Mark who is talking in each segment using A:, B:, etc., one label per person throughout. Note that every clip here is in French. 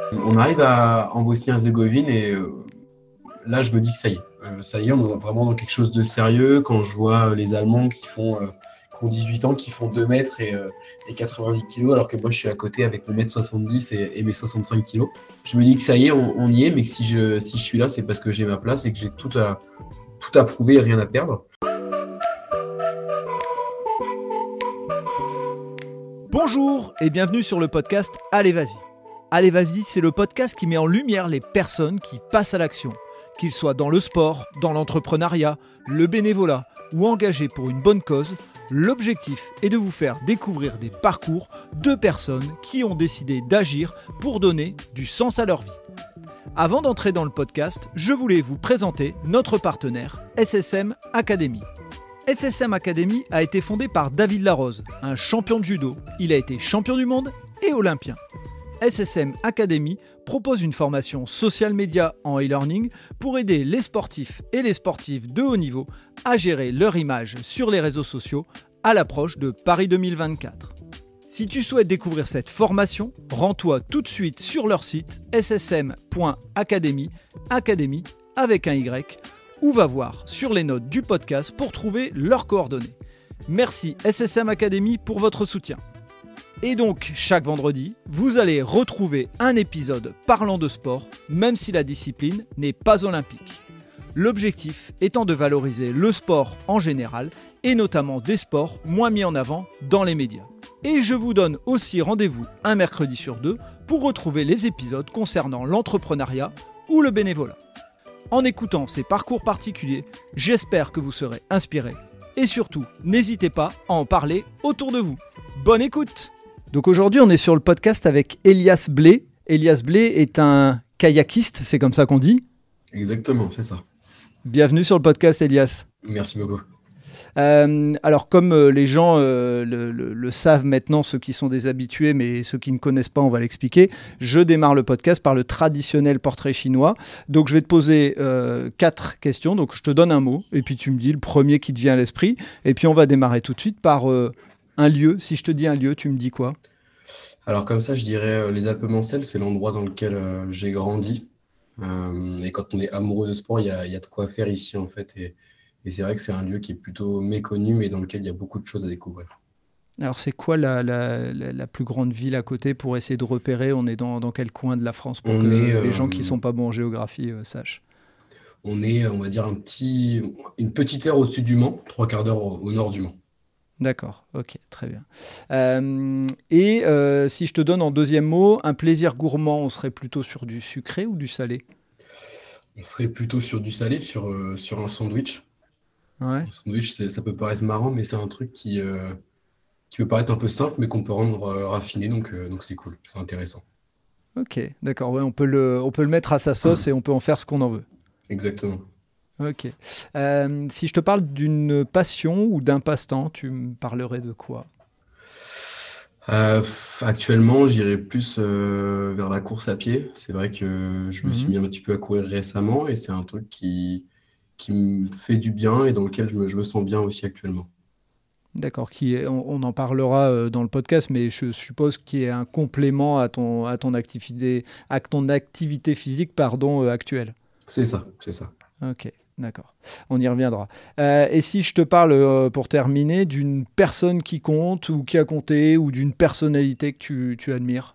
A: On arrive en Bosnie-Herzégovine et là, je me dis que ça y est, on est vraiment dans quelque chose de sérieux. Quand je vois les Allemands qui ont 18 ans, qui font 2 mètres et 90 kilos, alors que moi, je suis à côté avec mon mètre 70 et mes 65 kilos. Je me dis que ça y est, on y est, mais que si je suis là, c'est parce que j'ai ma place et que j'ai tout à prouver et rien à perdre.
B: Bonjour et bienvenue sur le podcast Allez Vas-y. Allez Vas-y, c'est le podcast qui met en lumière les personnes qui passent à l'action, qu'ils soient dans le sport, dans l'entrepreneuriat, le bénévolat ou engagés pour une bonne cause. L'objectif est de vous faire découvrir des parcours de personnes qui ont décidé d'agir pour donner du sens à leur vie. Avant d'entrer dans le podcast, je voulais vous présenter notre partenaire SSM Academy. SSM Academy a été fondé par David Larose, un champion de judo. Il a été champion du monde et olympien. SSM Academy propose une formation social media en e-learning pour aider les sportifs et les sportives de haut niveau à gérer leur image sur les réseaux sociaux à l'approche de Paris 2024. Si tu souhaites découvrir cette formation, rends-toi tout de suite sur leur site ssm.academy, academy avec un Y, ou va voir sur les notes du podcast pour trouver leurs coordonnées. Merci SSM Academy pour votre soutien. Et donc, chaque vendredi, vous allez retrouver un épisode parlant de sport, même si la discipline n'est pas olympique. L'objectif étant de valoriser le sport en général, et notamment des sports moins mis en avant dans les médias. Et je vous donne aussi rendez-vous un mercredi sur 2 pour retrouver les épisodes concernant l'entrepreneuriat ou le bénévolat. En écoutant ces parcours particuliers, j'espère que vous serez inspirés. Et surtout, n'hésitez pas à en parler autour de vous. Bonne écoute! Donc aujourd'hui, on est sur le podcast avec Elias Blé. Elias Blé est un kayakiste, c'est comme ça qu'on dit?
A: Exactement, c'est ça.
B: Bienvenue sur le podcast, Elias.
A: Merci beaucoup.
B: Alors comme les gens le savent maintenant, ceux qui sont des habitués, mais ceux qui ne connaissent pas, on va l'expliquer. Je démarre le podcast par le traditionnel portrait chinois. Donc je vais te poser 4 questions. Donc je te donne un mot et puis tu me dis le premier qui te vient à l'esprit. Et puis on va démarrer tout de suite par un lieu. Si je te dis un lieu, tu me dis quoi?
A: Alors comme ça, je dirais les Alpes-Mancelles, c'est l'endroit dans lequel j'ai grandi. Et quand on est amoureux de sport, il y a de quoi faire ici en fait. Et c'est vrai que c'est un lieu qui est plutôt méconnu, mais dans lequel il y a beaucoup de choses à découvrir.
B: Alors c'est quoi la plus grande ville à côté pour essayer de repérer? On est dans quel coin de la France pour que les gens qui ne sont pas bons en géographie sachent?
A: On est, on va dire, une petite heure au-dessus du Mans, 3/4 d'heure au nord du Mans.
B: D'accord, ok, très bien. Si je te donne en deuxième mot, un plaisir gourmand, on serait plutôt sur du sucré ou du salé?
A: On serait plutôt sur du salé, sur un sandwich.
B: Ouais.
A: Un sandwich, ça peut paraître marrant, mais c'est un truc qui peut paraître un peu simple, mais qu'on peut rendre raffiné, donc c'est cool, c'est intéressant.
B: Ok, d'accord, ouais, on peut le mettre à sa sauce et on peut en faire ce qu'on en veut.
A: Exactement.
B: Ok. Si je te parle d'une passion ou d'un passe-temps, tu me parlerais de quoi?
A: Actuellement, j'irai plus vers la course à pied. C'est vrai que je me suis
B: Mhm.
A: mis un petit peu à courir récemment et c'est un truc qui me fait du bien et dans lequel je me sens bien aussi actuellement.
B: D'accord, on en parlera dans le podcast, mais je suppose qu'il y a un complément à ton activité physique actuelle.
A: C'est ça, c'est ça.
B: Ok, d'accord. On y reviendra. Et si je te parle, pour terminer, d'une personne qui compte ou qui a compté, ou d'une personnalité que tu admires?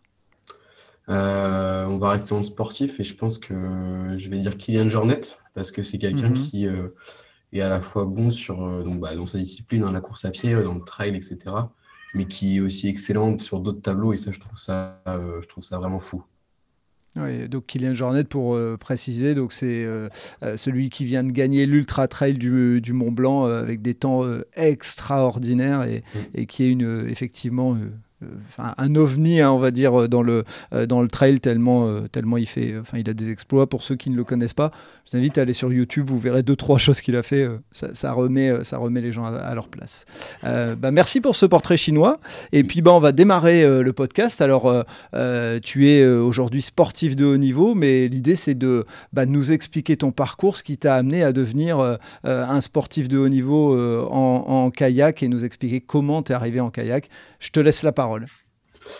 A: On va rester en sportif et je pense que je vais dire Kylian Jornet parce que c'est quelqu'un
B: Mhm.
A: qui est à la fois bon dans sa discipline, hein, la course à pied, dans le trail, etc., mais qui est aussi excellent sur d'autres tableaux et ça, je trouve ça vraiment fou.
B: Oui, donc Kylian Jornet, pour préciser, donc c'est celui qui vient de gagner l'Ultra Trail du Mont Blanc avec des temps extraordinaires et qui est effectivement un ovni, hein, on va dire, dans le trail, tellement il a des exploits. Pour ceux qui ne le connaissent pas, je vous invite à aller sur YouTube, vous verrez 2-3 choses qu'il a fait, ça remet les gens à leur place. Merci pour ce portrait chinois, et puis on va démarrer le podcast. Alors tu es aujourd'hui sportif de haut niveau, mais l'idée c'est de nous expliquer ton parcours, ce qui t'a amené à devenir un sportif de haut niveau en kayak, et nous expliquer comment tu es arrivé en kayak. Je te laisse la parole.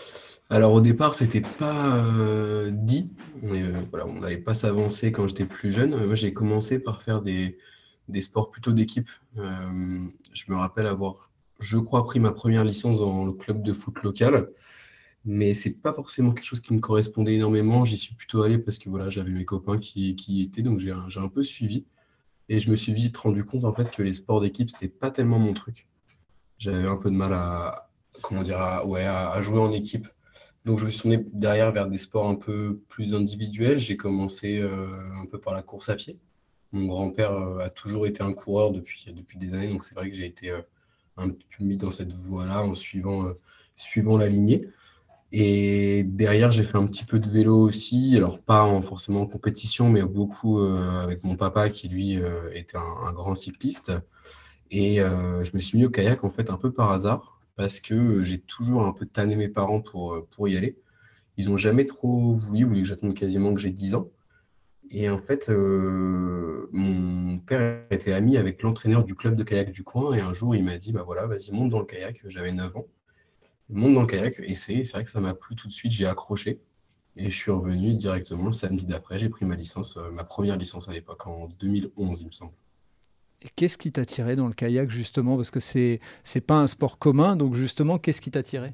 A: Alors au départ, c'était pas dit. Voilà, on n'allait pas s'avancer quand j'étais plus jeune. Moi, j'ai commencé par faire des sports plutôt d'équipe. Je me rappelle avoir, je crois, pris ma première licence dans le club de foot local, mais c'est pas forcément quelque chose qui me correspondait énormément. J'y suis plutôt allé parce que voilà, j'avais mes copains qui y étaient, donc j'ai un peu suivi. Et je me suis vite rendu compte en fait que les sports d'équipe, c'était pas tellement mon truc. J'avais un peu de mal à, comment dire, à jouer en équipe. Donc je me suis tourné derrière vers des sports un peu plus individuels. J'ai commencé un peu par la course à pied. Mon grand-père a toujours été un coureur depuis des années, donc c'est vrai que j'ai été un petit peu mis dans cette voie-là en suivant la lignée. Et derrière, j'ai fait un petit peu de vélo aussi, alors pas forcément en compétition, mais beaucoup avec mon papa qui lui était un grand cycliste. Et je me suis mis au kayak en fait un peu par hasard, parce que j'ai toujours un peu tanné mes parents pour y aller. Ils n'ont jamais trop voulu, ils voulaient que j'attende quasiment que j'ai 10 ans. Et en fait, mon père était ami avec l'entraîneur du club de kayak du coin. Et un jour, il m'a dit, bah voilà, vas-y, monte dans le kayak. J'avais 9 ans. Monte dans le kayak. Et c'est vrai que ça m'a plu tout de suite. J'ai accroché. Et je suis revenu directement le samedi d'après. J'ai pris ma licence, ma première licence à l'époque, en 2011, il me semble.
B: Et qu'est-ce qui t'a tiré dans le kayak justement? Parce que c'est pas un sport commun, donc justement, qu'est-ce qui t'a tiré?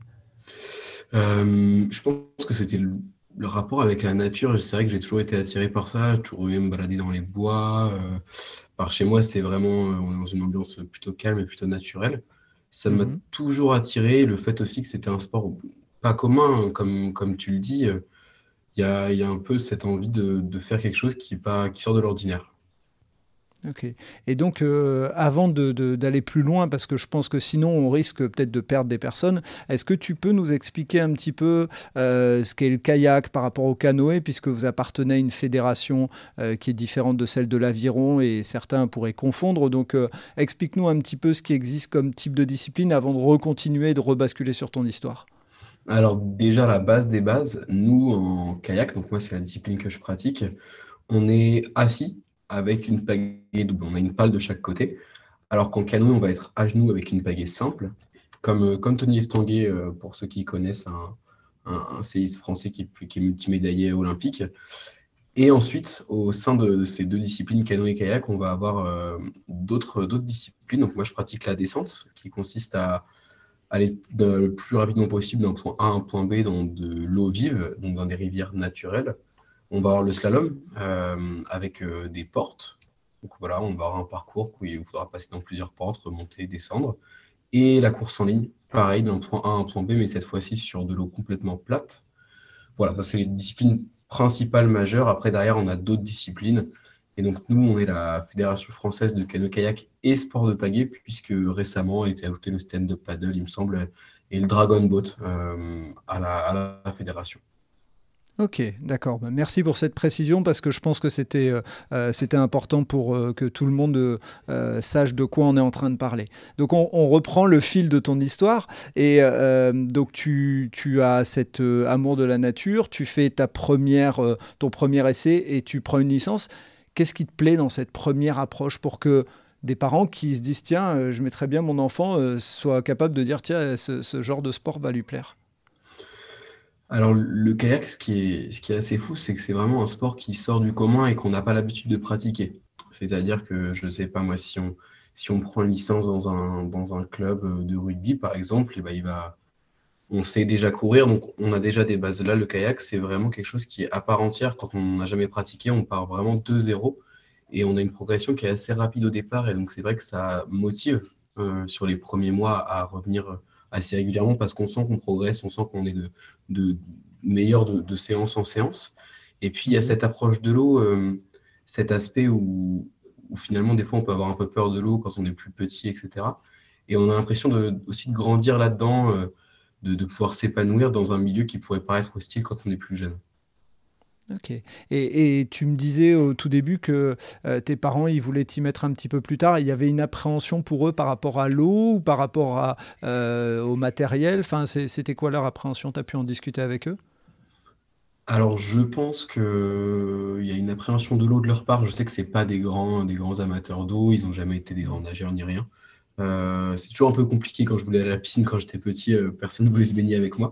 A: Je pense que c'était le rapport avec la nature. C'est vrai que j'ai toujours été attiré par ça. J'ai toujours aimé me balader dans les bois. Par chez moi, c'est vraiment, on est dans une ambiance plutôt calme et plutôt naturelle. Ça m'a
B: Mhm.
A: toujours attiré. Le fait aussi que c'était un sport pas commun, hein, comme tu le dis. Il y a un peu cette envie de faire quelque chose qui sort de l'ordinaire.
B: Ok. Et donc, avant d'aller plus loin, parce que je pense que sinon on risque peut-être de perdre des personnes, est-ce que tu peux nous expliquer un petit peu ce qu'est le kayak par rapport au canoë, puisque vous appartenez à une fédération qui est différente de celle de l'aviron et certains pourraient confondre. Donc, explique-nous un petit peu ce qui existe comme type de discipline avant de recontinuer et de rebasculer sur ton histoire.
A: Alors déjà, la base des bases, nous en kayak, donc moi c'est la discipline que je pratique, on est assis avec une pagaie double. On a une pale de chaque côté. Alors qu'en canoë, on va être à genoux avec une pagaie simple, comme Tony Estanguet, pour ceux qui connaissent, un séiste français qui est multimédaillé olympique. Et ensuite, au sein de ces deux disciplines, canoë et kayak, on va avoir d'autres disciplines. Donc moi, je pratique la descente, qui consiste à aller le plus rapidement possible d'un point A à un point B dans de l'eau vive, donc dans des rivières naturelles. On va avoir le slalom avec des portes. Donc voilà, on va avoir un parcours où il faudra passer dans plusieurs portes, remonter, descendre. Et la course en ligne, pareil, d'un point A à un point B, mais cette fois-ci sur de l'eau complètement plate. Voilà, ça c'est les disciplines principales majeures. Après, derrière, on a d'autres disciplines. Et donc, nous, on est la Fédération française de canoë-kayak et sport de pagaie, puisque récemment a été ajouté le stand-up paddle, il me semble, et le dragon boat à la fédération.
B: Ok, d'accord. Bah, merci pour cette précision parce que je pense que c'était important pour que tout le monde sache de quoi on est en train de parler. Donc on reprend le fil de ton histoire et donc tu as cet amour de la nature, tu fais ton premier essai et tu prends une licence. Qu'est-ce qui te plaît dans cette première approche pour que des parents qui se disent tiens, je mettrais bien mon enfant soit capable de dire tiens, ce genre de sport va lui plaire?
A: Alors, le kayak, ce qui est assez fou, c'est que c'est vraiment un sport qui sort du commun et qu'on n'a pas l'habitude de pratiquer. C'est-à-dire que, je ne sais pas moi, si on prend une licence dans un club de rugby, par exemple, eh ben, on sait déjà courir, donc on a déjà des bases. Là, le kayak, c'est vraiment quelque chose qui est à part entière. Quand on n'a jamais pratiqué, on part vraiment de zéro et on a une progression qui est assez rapide au départ. Et donc, c'est vrai que ça motive sur les premiers mois à revenir assez régulièrement parce qu'on sent qu'on progresse, on sent qu'on est de meilleur de séance en séance. Et puis, il y a
B: Mhm.
A: cette approche de l'eau, cet aspect où finalement, des fois, on peut avoir un peu peur de l'eau quand on est plus petit, etc. Et on a l'impression aussi de grandir là-dedans. De pouvoir s'épanouir dans un milieu qui pourrait paraître hostile quand on est plus jeune.
B: Ok. Et tu me disais au tout début que tes parents, ils voulaient t'y mettre un petit peu plus tard. Il y avait une appréhension pour eux par rapport à l'eau ou par rapport au matériel. Enfin, c'était quoi leur appréhension? Tu as pu en discuter avec eux?
A: Alors, je pense qu'il y a une appréhension de l'eau de leur part. Je sais que c'est pas des grands amateurs d'eau. Ils n'ont jamais été des grands
B: Mm.
A: nageurs ni rien. C'est toujours un peu compliqué quand je voulais aller à la piscine quand j'étais petit. Personne ne voulait se baigner avec moi.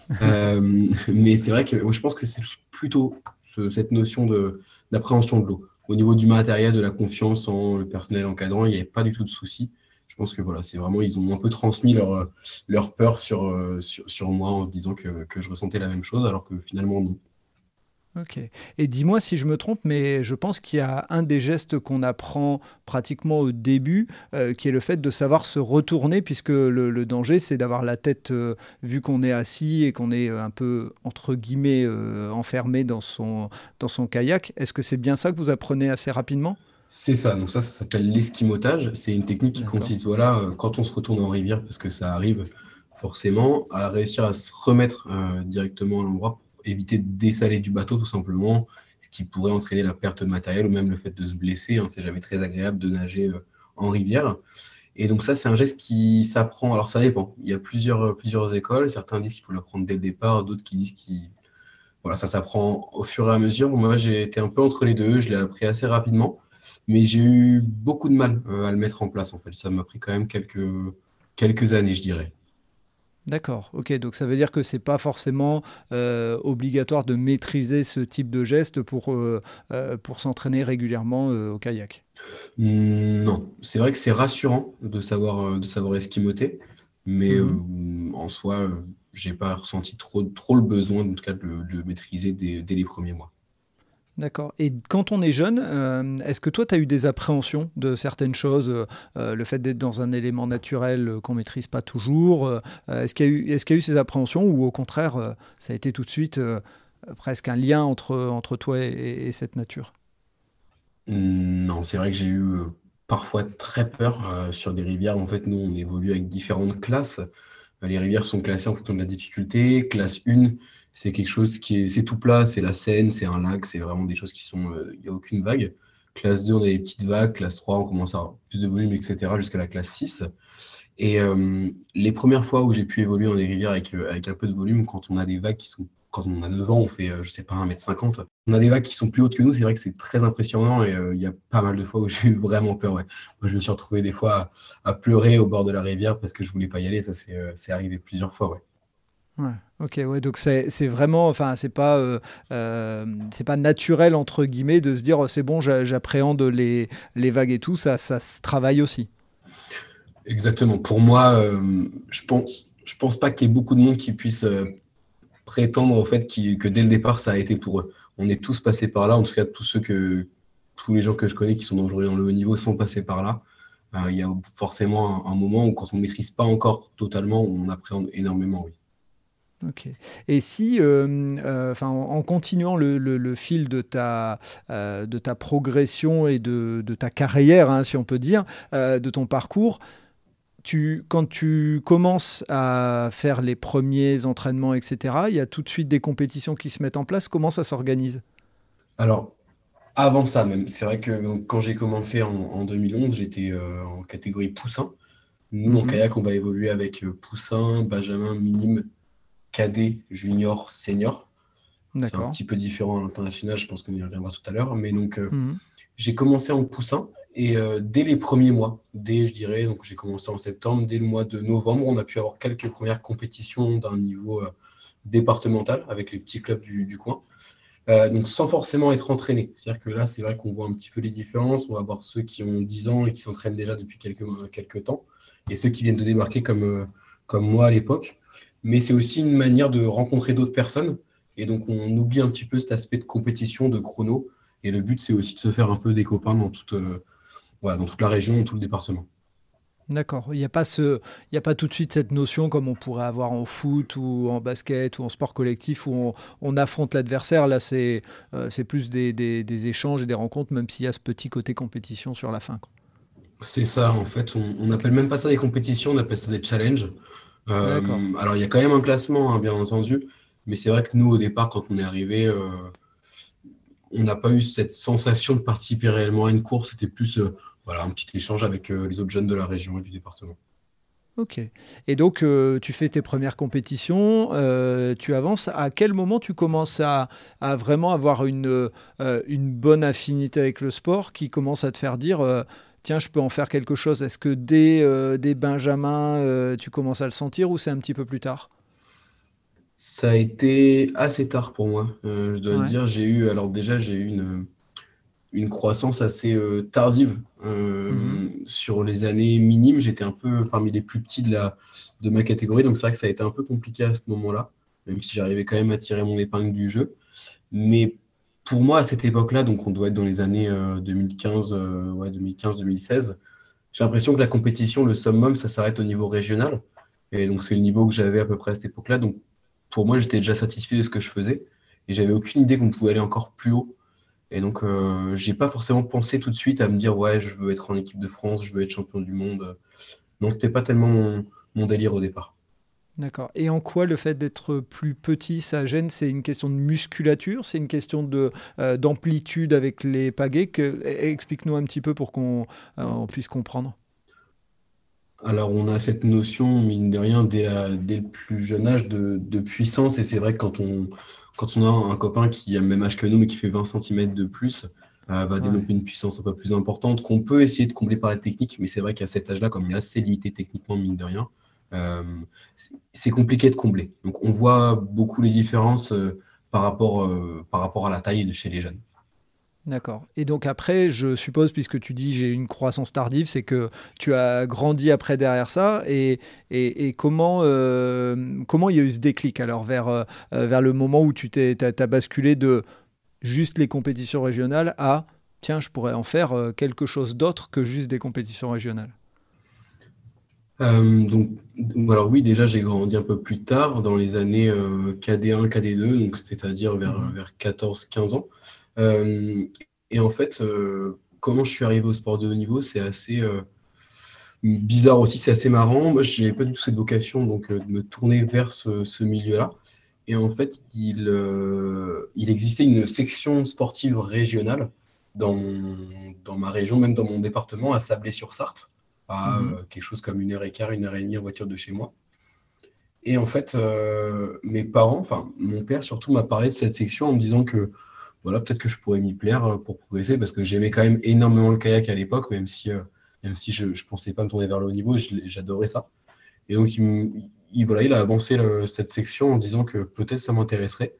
A: Mais c'est vrai que moi, je pense que c'est plutôt cette notion d'appréhension de l'eau. Au niveau du matériel, de la confiance en le personnel encadrant, il n'y avait pas du tout de souci. Je pense que voilà, c'est vraiment, ils ont un peu transmis leur peur sur moi en se disant que je ressentais la même chose, alors que finalement, non.
B: Ok. Et dis-moi si je me trompe, mais je pense qu'il y a un des gestes qu'on apprend pratiquement au début, qui est le fait de savoir se retourner, puisque le danger, c'est d'avoir la tête, vu qu'on est assis et qu'on est un peu, entre guillemets, enfermé dans son kayak. Est-ce que c'est bien ça que vous apprenez assez rapidement?
A: C'est ça, donc ça s'appelle l'esquimotage. C'est une technique qui
B: D'accord.
A: consiste, voilà, quand on se retourne en rivière, parce que ça arrive forcément, à réussir à se remettre directement à l'endroit pour éviter de dessaler du bateau, tout simplement, ce qui pourrait entraîner la perte de matériel ou même le fait de se blesser, hein. C'est jamais très agréable de nager en rivière. Et donc ça, c'est un geste qui s'apprend. Alors ça dépend. Il y a plusieurs écoles. Certains disent qu'il faut l'apprendre dès le départ, d'autres qui disent qu'il voilà, ça s'apprend au fur et à mesure. Moi, j'ai été un peu entre les deux. Je l'ai appris assez rapidement, mais j'ai eu beaucoup de mal à le mettre en place. En fait, ça m'a pris quand même quelques années, je dirais.
B: D'accord, ok, donc ça veut dire que c'est pas forcément obligatoire de maîtriser ce type de geste pour s'entraîner régulièrement au kayak.
A: Non, c'est vrai que c'est rassurant de savoir esquimoter, mais
B: Mhm.
A: en soi, j'ai pas ressenti trop le besoin, en tout cas, de le maîtriser dès les premiers mois.
B: D'accord. Et quand on est jeune, est-ce que toi, tu as eu des appréhensions de certaines choses, le fait d'être dans un élément naturel qu'on maîtrise pas toujours, est-ce qu'il y a eu ces appréhensions ou au contraire, ça a été tout de suite presque un lien entre toi et cette nature?
A: Non, c'est vrai que j'ai eu parfois très peur sur des rivières. En fait, nous, on évolue avec différentes classes. Les rivières sont classées en fonction de la difficulté. Classe 1, c'est quelque chose c'est tout plat, c'est la Seine, c'est un lac, c'est vraiment des choses qui sont, il n'y a aucune vague. Classe 2, on a des petites vagues. Classe 3, on commence à avoir plus de volume, etc., jusqu'à la classe 6. Et les premières fois où j'ai pu évoluer dans des rivières avec un peu de volume, quand on a des vagues qui sont, quand on a 9 ans, on fait, je sais pas, 1,50 m. On a des vagues qui sont plus hautes que nous, c'est vrai que c'est très impressionnant et il y a pas mal de fois où j'ai eu vraiment peur. Ouais. Moi, je me suis retrouvé des fois à pleurer au bord de la rivière parce que je voulais pas y aller. Ça, c'est arrivé plusieurs fois. Ouais.
B: Ouais. Ok, ouais, donc c'est vraiment, enfin, c'est pas naturel entre guillemets de se dire c'est bon, j'appréhende les vagues et tout, ça se travaille aussi.
A: Exactement. Pour moi, je pense pas qu'il y ait beaucoup de monde qui puisse prétendre au fait que dès le départ, ça a été pour eux. On est tous passés par là, en tout cas tous les gens que je connais qui sont aujourd'hui dans le haut niveau sont passés par là. Il y a forcément un moment où quand on ne maîtrise pas encore totalement, on appréhende énormément, oui.
B: Ok. Et si, enfin, en continuant le fil de ta progression et de ta carrière, hein, si on peut dire, de ton parcours, quand tu commences à faire les premiers entraînements, etc., il y a tout de suite des compétitions qui se mettent en place. Comment ça s'organise?
A: Alors, avant ça même, c'est vrai que donc, quand j'ai commencé en 2011, j'étais en catégorie poussin. Nous, en
B: Mhm.
A: kayak, on va évoluer avec poussin, benjamin, minime, cadet, junior, senior. C'est un
B: D'accord.
A: petit peu différent à l'international, je pense qu'on y reviendra tout à l'heure. Mais donc,
B: Mhm.
A: j'ai commencé en poussin et dès les premiers mois, je dirais, donc j'ai commencé en septembre, dès le mois de novembre, on a pu avoir quelques premières compétitions d'un niveau départemental avec les petits clubs du coin. Donc sans forcément être entraîné. C'est-à-dire que là, c'est vrai qu'on voit un petit peu les différences. On va voir ceux qui ont 10 ans et qui s'entraînent déjà depuis quelques temps, et ceux qui viennent de débarquer comme moi à l'époque. Mais c'est aussi une manière de rencontrer d'autres personnes. Et donc on oublie un petit peu cet aspect de compétition, de chrono. Et le but, c'est aussi de se faire un peu des copains voilà, dans toute la région, dans tout le département.
B: D'accord. Il y a pas tout de suite cette notion comme on pourrait avoir en foot ou en basket ou en sport collectif où on affronte l'adversaire. Là, c'est plus des échanges et des rencontres, même s'il y a ce petit côté compétition sur la fin, quoi.
A: C'est ça, en fait, on
B: Ok.
A: n'appelle même pas ça des compétitions, on appelle ça des challenges.
B: D'accord.
A: Alors, il y a quand même un classement, hein, bien entendu, mais c'est vrai que nous, au départ, quand on est arrivé, on n'a pas eu cette sensation de participer réellement à une course. C'était plus voilà, un petit échange avec les autres jeunes de la région et du département.
B: Ok. Et donc, tu fais tes premières compétitions, tu avances. À quel moment tu commences à vraiment avoir une bonne affinité avec le sport qui commence à te faire dire, tiens, je peux en faire quelque chose? Est-ce que dès Benjamin, tu commences à le sentir ou c'est un petit peu plus tard?
A: Ça a été assez tard pour moi, je dois le
B: Ouais.
A: dire. Alors déjà, j'ai eu une croissance assez tardive
B: Mhm.
A: sur les années minimes. J'étais un peu parmi les plus petits de ma catégorie, donc c'est vrai que ça a été un peu compliqué à ce moment-là, même si j'arrivais quand même à tirer mon épingle du jeu. Mais pour moi, à cette époque-là, donc on doit être dans les années 2015, ouais, 2015-2016, j'ai l'impression que la compétition, le summum, ça s'arrête au niveau régional. Et donc c'est le niveau que j'avais à peu près à cette époque-là. Donc pour moi, j'étais déjà satisfait de ce que je faisais. Et j'avais aucune idée qu'on pouvait aller encore plus haut. Et donc, j'ai pas forcément pensé tout de suite à me dire, ouais, je veux être en équipe de France, je veux être champion du monde. Non, c'était pas tellement mon délire au départ.
B: D'accord. Et en quoi le fait d'être plus petit, ça gêne? C'est une question de musculature? C'est une question d'amplitude avec les pagaies explique-nous un petit peu pour qu'on puisse comprendre.
A: Alors, on a cette notion, mine de rien, dès le plus jeune âge de puissance. Et c'est vrai que quand on a un copain qui a le même âge que nous, mais qui fait 20 centimètres de plus, va
B: Ouais.
A: développer une puissance un peu plus importante, qu'on peut essayer de combler par la technique. Mais c'est vrai qu'à cet âge-là, comme il est assez limité techniquement, mine de rien, euh, c'est compliqué de combler. Donc, on voit beaucoup les différences par rapport à la taille chez les jeunes.
B: D'accord. Et donc après, je suppose, puisque tu dis j'ai une croissance tardive, c'est que tu as grandi après derrière ça. Et comment il y a eu ce déclic alors vers le moment où t'as basculé de juste les compétitions régionales à tiens, je pourrais en faire quelque chose d'autre que juste des compétitions régionales.
A: Donc, alors oui, déjà, j'ai grandi un peu plus tard, dans les années KD1, KD2, donc c'est-à-dire
B: Mhm.
A: vers 14-15 ans. Euh, et en fait, comment je suis arrivé au sport de haut niveau, c'est assez bizarre aussi, c'est assez marrant. Moi, je n'avais pas du tout cette vocation donc, de me tourner vers ce milieu-là. Et en fait, il existait une section sportive régionale dans ma région, même dans mon département, à Sablé-sur-Sarthe, à
B: Mhm.
A: quelque chose comme 1 heure et quart, 1 heure et demie en voiture de chez moi. Et en fait, mes parents, enfin mon père surtout, m'a parlé de cette section en me disant que voilà, peut-être que je pourrais m'y plaire pour progresser, parce que j'aimais quand même énormément le kayak à l'époque, même si je ne pensais pas me tourner vers le haut niveau, j'adorais ça. Et donc, voilà, il a avancé cette section en disant que peut-être ça m'intéresserait.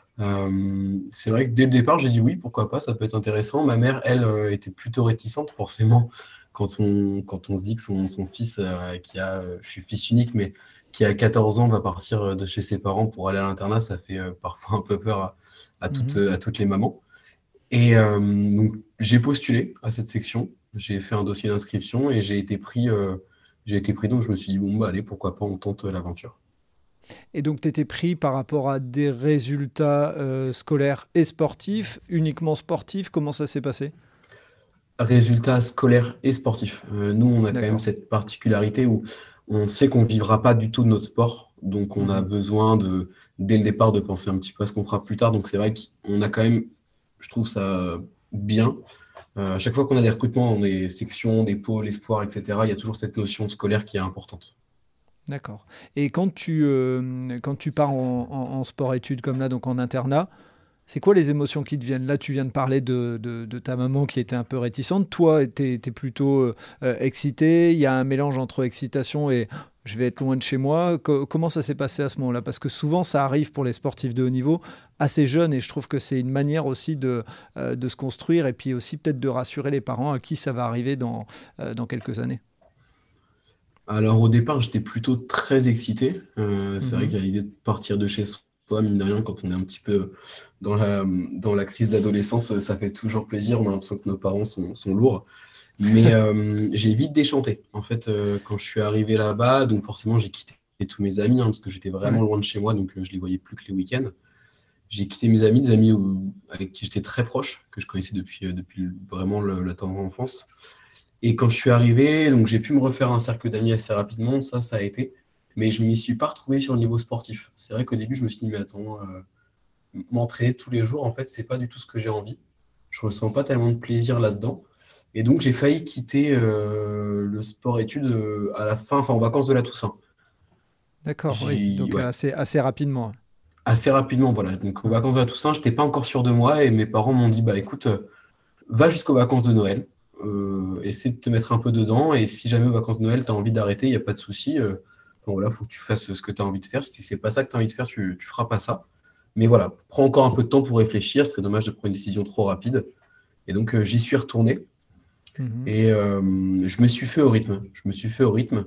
A: C'est vrai que dès le départ, j'ai dit oui, pourquoi pas, ça peut être intéressant. Ma mère, elle, était plutôt réticente, forcément, quand on se dit que son fils, je suis fils unique, mais qui a 14 ans, va partir de chez ses parents pour aller à l'internat, ça fait parfois un peu peur
B: Mhm.
A: à toutes les mamans. Et donc, j'ai postulé à cette section, j'ai fait un dossier d'inscription et j'ai été pris, donc je me suis dit, bon, bah allez, pourquoi pas, on tente l'aventure.
B: Et donc, tu étais pris par rapport à des résultats scolaires et sportifs, uniquement sportifs. Comment ça s'est passé?
A: Résultats scolaires et sportifs. Nous, on a quand même
B: D'accord.
A: cette particularité où on sait qu'on ne vivra pas du tout de notre sport, donc on a
B: Mhm.
A: besoin dès le départ, de penser un petit peu à ce qu'on fera plus tard. Donc c'est vrai qu'on a quand même, je trouve ça bien. À chaque fois qu'on a des recrutements dans des sections, des pôles, espoirs, etc., il y a toujours cette notion scolaire qui est importante.
B: D'accord. Et quand tu pars en sport-études comme là, donc en internat, c'est quoi les émotions qui te viennent? Là, tu viens de parler de ta maman qui était un peu réticente. Toi, tu es plutôt excité. Il y a un mélange entre excitation et je vais être loin de chez moi. Comment ça s'est passé à ce moment-là? Parce que souvent, ça arrive pour les sportifs de haut niveau assez jeunes et je trouve que c'est une manière aussi de se construire et puis aussi peut-être de rassurer les parents à qui ça va arriver dans quelques années.
A: Alors au départ, j'étais plutôt très excité. C'est vrai
B: Mhm.
A: qu'il y a l'idée de partir de chez soi, mine de rien, quand on est un petit peu dans la crise d'adolescence, ça fait toujours plaisir. On a l'impression que nos parents sont lourds. Mais j'ai vite déchanté. En fait, quand je suis arrivé là-bas, donc forcément, j'ai quitté tous mes amis, hein, parce que j'étais vraiment
B: Ouais.
A: loin de chez moi, donc je les voyais plus que les week-ends. J'ai quitté mes amis, des amis avec qui j'étais très proche, que je connaissais depuis vraiment la tendre enfance. Et quand je suis arrivé, donc j'ai pu me refaire un cercle d'amis assez rapidement, ça a été. Mais je ne m'y suis pas retrouvé sur le niveau sportif. C'est vrai qu'au début, je me suis dit, mais attends, m'entraîner tous les jours, en fait, c'est pas du tout ce que j'ai envie. Je ressens pas tellement de plaisir là-dedans. Et donc, j'ai failli quitter le sport-études à la fin, enfin, en vacances de la Toussaint.
B: D'accord, oui. Donc
A: Ouais,
B: assez rapidement.
A: assez rapidement, voilà. Donc, aux
B: Ouais.
A: vacances de la Toussaint, je n'étais pas encore sûr de moi et mes parents m'ont dit, bah écoute, va jusqu'aux vacances de Noël, essaie de te mettre un peu dedans et si jamais aux vacances de Noël, tu as envie d'arrêter, il n'y a pas de souci. Donc voilà, il faut que tu fasses ce que tu as envie de faire. Si c'est pas ça que tu as envie de faire, tu feras pas ça. Mais voilà, prends encore un peu de temps pour réfléchir. Ce serait dommage de prendre une décision trop rapide. Et donc, j'y suis retourné.
B: Mhm.
A: Et je me suis fait au rythme. Je me suis fait au rythme.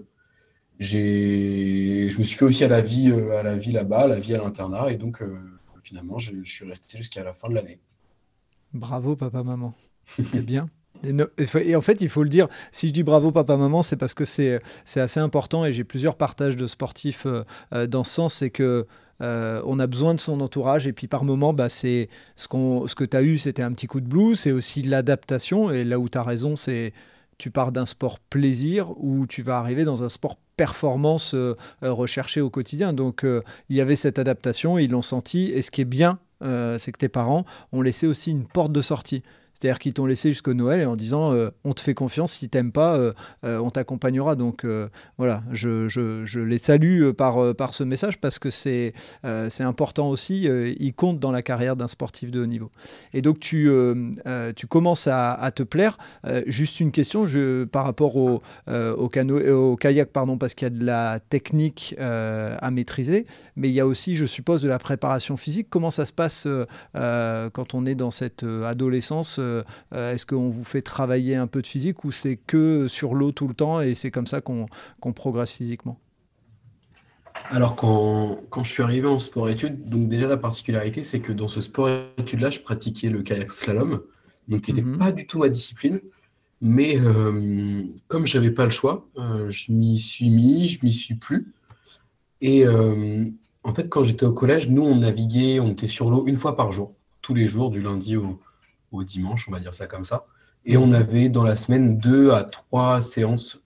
A: Je me suis fait aussi à la vie là-bas, à la vie à l'internat. Et donc, finalement, je suis resté jusqu'à la fin de l'année.
B: Bravo, papa, maman. C'est bien. Et en fait, il faut le dire, si je dis bravo papa maman, c'est parce que c'est assez important et j'ai plusieurs partages de sportifs dans ce sens, c'est que on a besoin de son entourage et puis par moment, bah, c'est ce que tu as eu, c'était un petit coup de blues, c'est aussi l'adaptation et là où tu as raison, c'est tu pars d'un sport plaisir où tu vas arriver dans un sport performance recherché au quotidien. Donc il y avait cette adaptation, ils l'ont senti et ce qui est bien, c'est que tes parents ont laissé aussi une porte de sortie. C'est-à-dire qu'ils t'ont laissé jusqu'au Noël et en disant on te fait confiance, si t'aimes pas, on t'accompagnera. Donc voilà, je les salue par ce message parce que c'est important aussi. Il compte dans la carrière d'un sportif de haut niveau. Et donc tu commences à te plaire. Juste une question par rapport au kayak, pardon, parce qu'il y a de la technique à maîtriser, mais il y a aussi, je suppose, de la préparation physique. Comment ça se passe quand on est dans cette adolescence? Est-ce qu'on vous fait travailler un peu de physique ou c'est que sur l'eau tout le temps et c'est comme ça qu'on progresse physiquement?
A: Alors, quand je suis arrivé en sport-études, donc déjà la particularité, c'est que dans ce sport-études-là, je pratiquais le kayak slalom, donc qui n'était
B: Mhm.
A: pas du tout ma discipline. Mais comme j'avais pas le choix, je m'y suis mis, je m'y suis plu. Et en fait, quand j'étais au collège, nous, on naviguait, on était sur l'eau une fois par jour, tous les jours, du lundi au dimanche, on va dire ça comme ça. Et on
B: Mhm.
A: avait dans la semaine 2 à 3 séances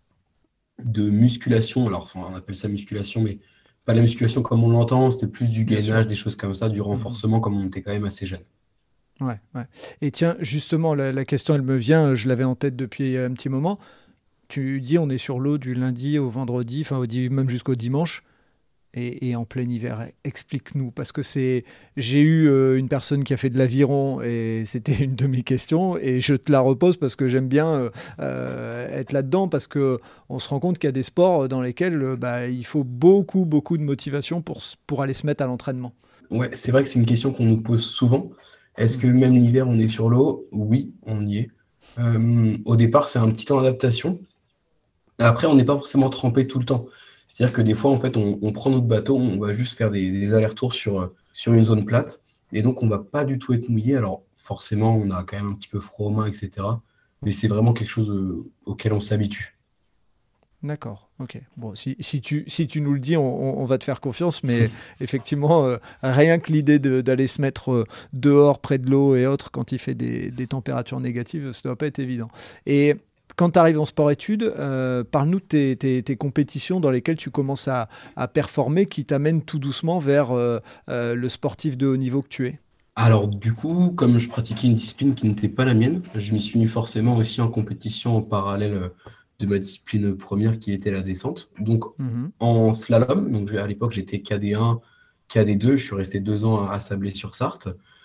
A: de musculation. Alors, on appelle ça musculation, mais pas la musculation comme on l'entend, c'était plus du
B: Bien
A: gainage,
B: sûr.
A: des choses comme ça, du
B: Mhm.
A: renforcement, comme on était quand même assez jeune.
B: Ouais, ouais. Et tiens, justement, la question, elle me vient, je l'avais en tête depuis un petit moment. Tu dis, on est sur l'eau du lundi au vendredi, enfin, même jusqu'au dimanche. Et en plein hiver, explique-nous, parce que j'ai eu une personne qui a fait de l'aviron et c'était une de mes questions et je te la repose parce que j'aime bien être là-dedans parce que on se rend compte qu'il y a des sports dans lesquels bah, il faut beaucoup, beaucoup de motivation pour aller se mettre à l'entraînement.
A: Ouais, c'est vrai que c'est une question qu'on nous pose souvent. Est-ce que
B: Mhm.
A: même l'hiver, on est sur l'eau? Oui, on y est. Au départ, c'est un petit temps d'adaptation. Après, on n'est pas forcément trempé tout le temps. C'est-à-dire que des fois, en fait, on prend notre bateau, on va juste faire des allers-retours sur une zone plate. Et donc, on va pas du tout être mouillé. Alors, forcément, on a quand même un petit peu froid aux mains, etc. Mais c'est vraiment quelque chose auquel on s'habitue.
B: D'accord, ok. Bon, si tu nous le dis, on va te faire confiance, mais effectivement, rien que l'idée d'aller se mettre dehors, près de l'eau et autres, quand il fait des températures négatives, ça ne doit pas être évident. Et quand tu arrives en sport-études, parle-nous de tes compétitions dans lesquelles tu commences à performer, qui t'amènent tout doucement vers le sportif de haut niveau que tu es.
A: Alors, du coup, comme je pratiquais une discipline qui n'était pas la mienne, je m'y suis mis forcément aussi en compétition en parallèle de ma discipline première qui était la descente. Donc,
B: Mhm.
A: en slalom, donc à l'époque j'étais KD1, KD2, je suis resté 2 ans à Sablé-sur-Sarthe.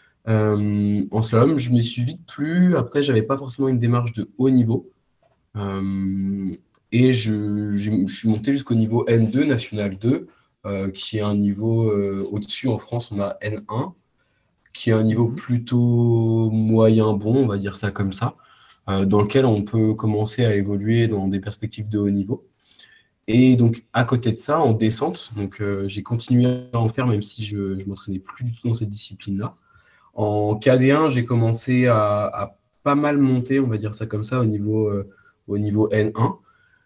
A: En slalom, je me suis vite plu. Après, j'avais pas forcément une démarche de haut niveau. Euh, et je suis monté jusqu'au niveau N2, National 2, qui est un niveau au-dessus en France, on a N1 qui est un niveau
B: Mhm.
A: plutôt moyen bon, on va dire ça comme ça, dans lequel on peut commencer à évoluer dans des perspectives de haut niveau. Et donc, à côté de ça, en descente, donc, j'ai continué à en faire, même si je ne m'entraînais plus du tout dans cette discipline-là. En KD1, j'ai commencé à pas mal monter, on va dire ça comme ça, au niveau N1.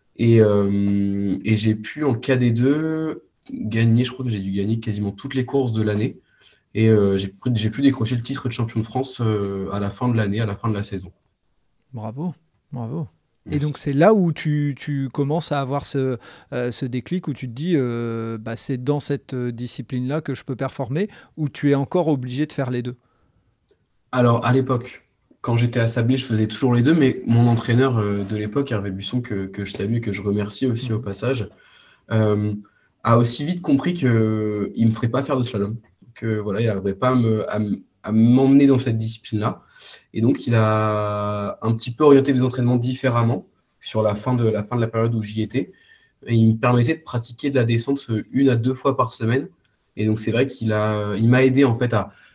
A: Et j'ai pu, en KD2, gagner, je crois que j'ai dû gagner quasiment toutes les courses de l'année. Et j'ai pu décrocher le titre de champion de France à la fin de l'année, à la fin de la saison.
B: Bravo, bravo. Et donc
A: Merci.
B: c'est là où tu commences à avoir ce déclic où tu te dis bah, c'est dans cette discipline-là que je peux performer, ou tu es encore obligé de faire les deux.
A: Alors, à l'époque, quand j'étais à Sablé, je faisais toujours les deux, mais mon entraîneur de l'époque, Hervé Busson, que je salue et que je remercie aussi au
B: Mhm.
A: passage, euh, a aussi vite compris qu'il ne me ferait pas faire de slalom. Que voilà, il n'arriverait pas à m'emmener dans cette discipline-là. Et donc, il a un petit peu orienté mes entraînements différemment sur la fin de la période où j'y étais. et il me permettait de pratiquer de la descente 1 à 2 fois par semaine. Et donc, c'est vrai il m'a aidé en fait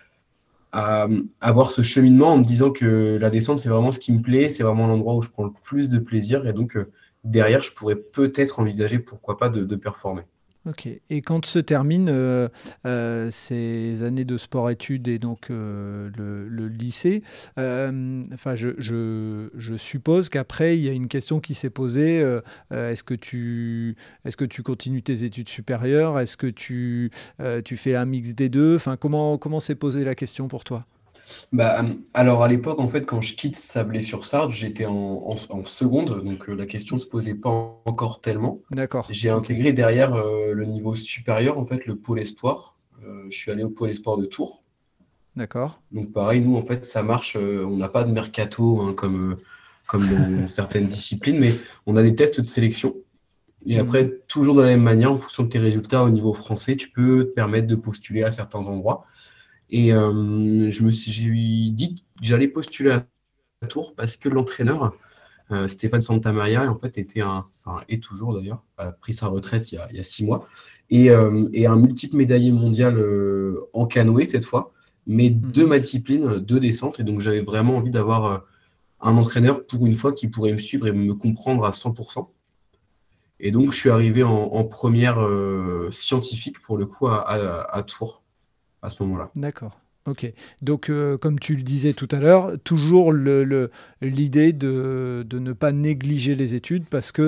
A: à avoir ce cheminement en me disant que la descente, c'est vraiment ce qui me plaît, c'est vraiment l'endroit où je prends le plus de plaisir. Et donc, derrière, je pourrais peut-être envisager, pourquoi pas, de performer.
B: Ok. Et quand se terminent ces années de sport-études et donc le lycée, enfin, je suppose qu'après, il y a une question qui s'est posée. Est-ce que tu continues tes études supérieures? Est-ce que tu fais un mix des deux? Enfin, comment s'est posée la question pour toi?
A: Alors, à l'époque, en fait, quand je quitte Sablé-sur-Sarthe, j'étais en seconde, donc la question se posait pas encore tellement.
B: D'accord.
A: J'ai
B: Ok.
A: intégré derrière le niveau supérieur, en fait, le pôle espoir. Je suis allé au pôle espoir de Tours.
B: D'accord.
A: Donc pareil, nous, en fait, ça marche. On n'a pas de mercato hein, comme dans certaines disciplines, mais on a des tests de sélection. Et
B: Mhm.
A: après, toujours de la même manière, en fonction de tes résultats au niveau français, tu peux te permettre de postuler à certains endroits. Et j'ai dit que j'allais postuler à Tours parce que l'entraîneur, Stéphane Santamaria, en fait, enfin, est toujours d'ailleurs, a pris sa retraite il y a 6 mois, et un multiple médaillé mondial en canoë cette fois, mais de
B: Mhm.
A: ma discipline, de descente. Et donc, j'avais vraiment envie d'avoir un entraîneur pour une fois qui pourrait me suivre et me comprendre à 100%. Et donc, je suis arrivé en première scientifique pour le coup à Tours à ce moment-là.
B: D'accord. Ok. Donc, comme tu le disais tout à l'heure, toujours l'idée de ne pas négliger les études parce que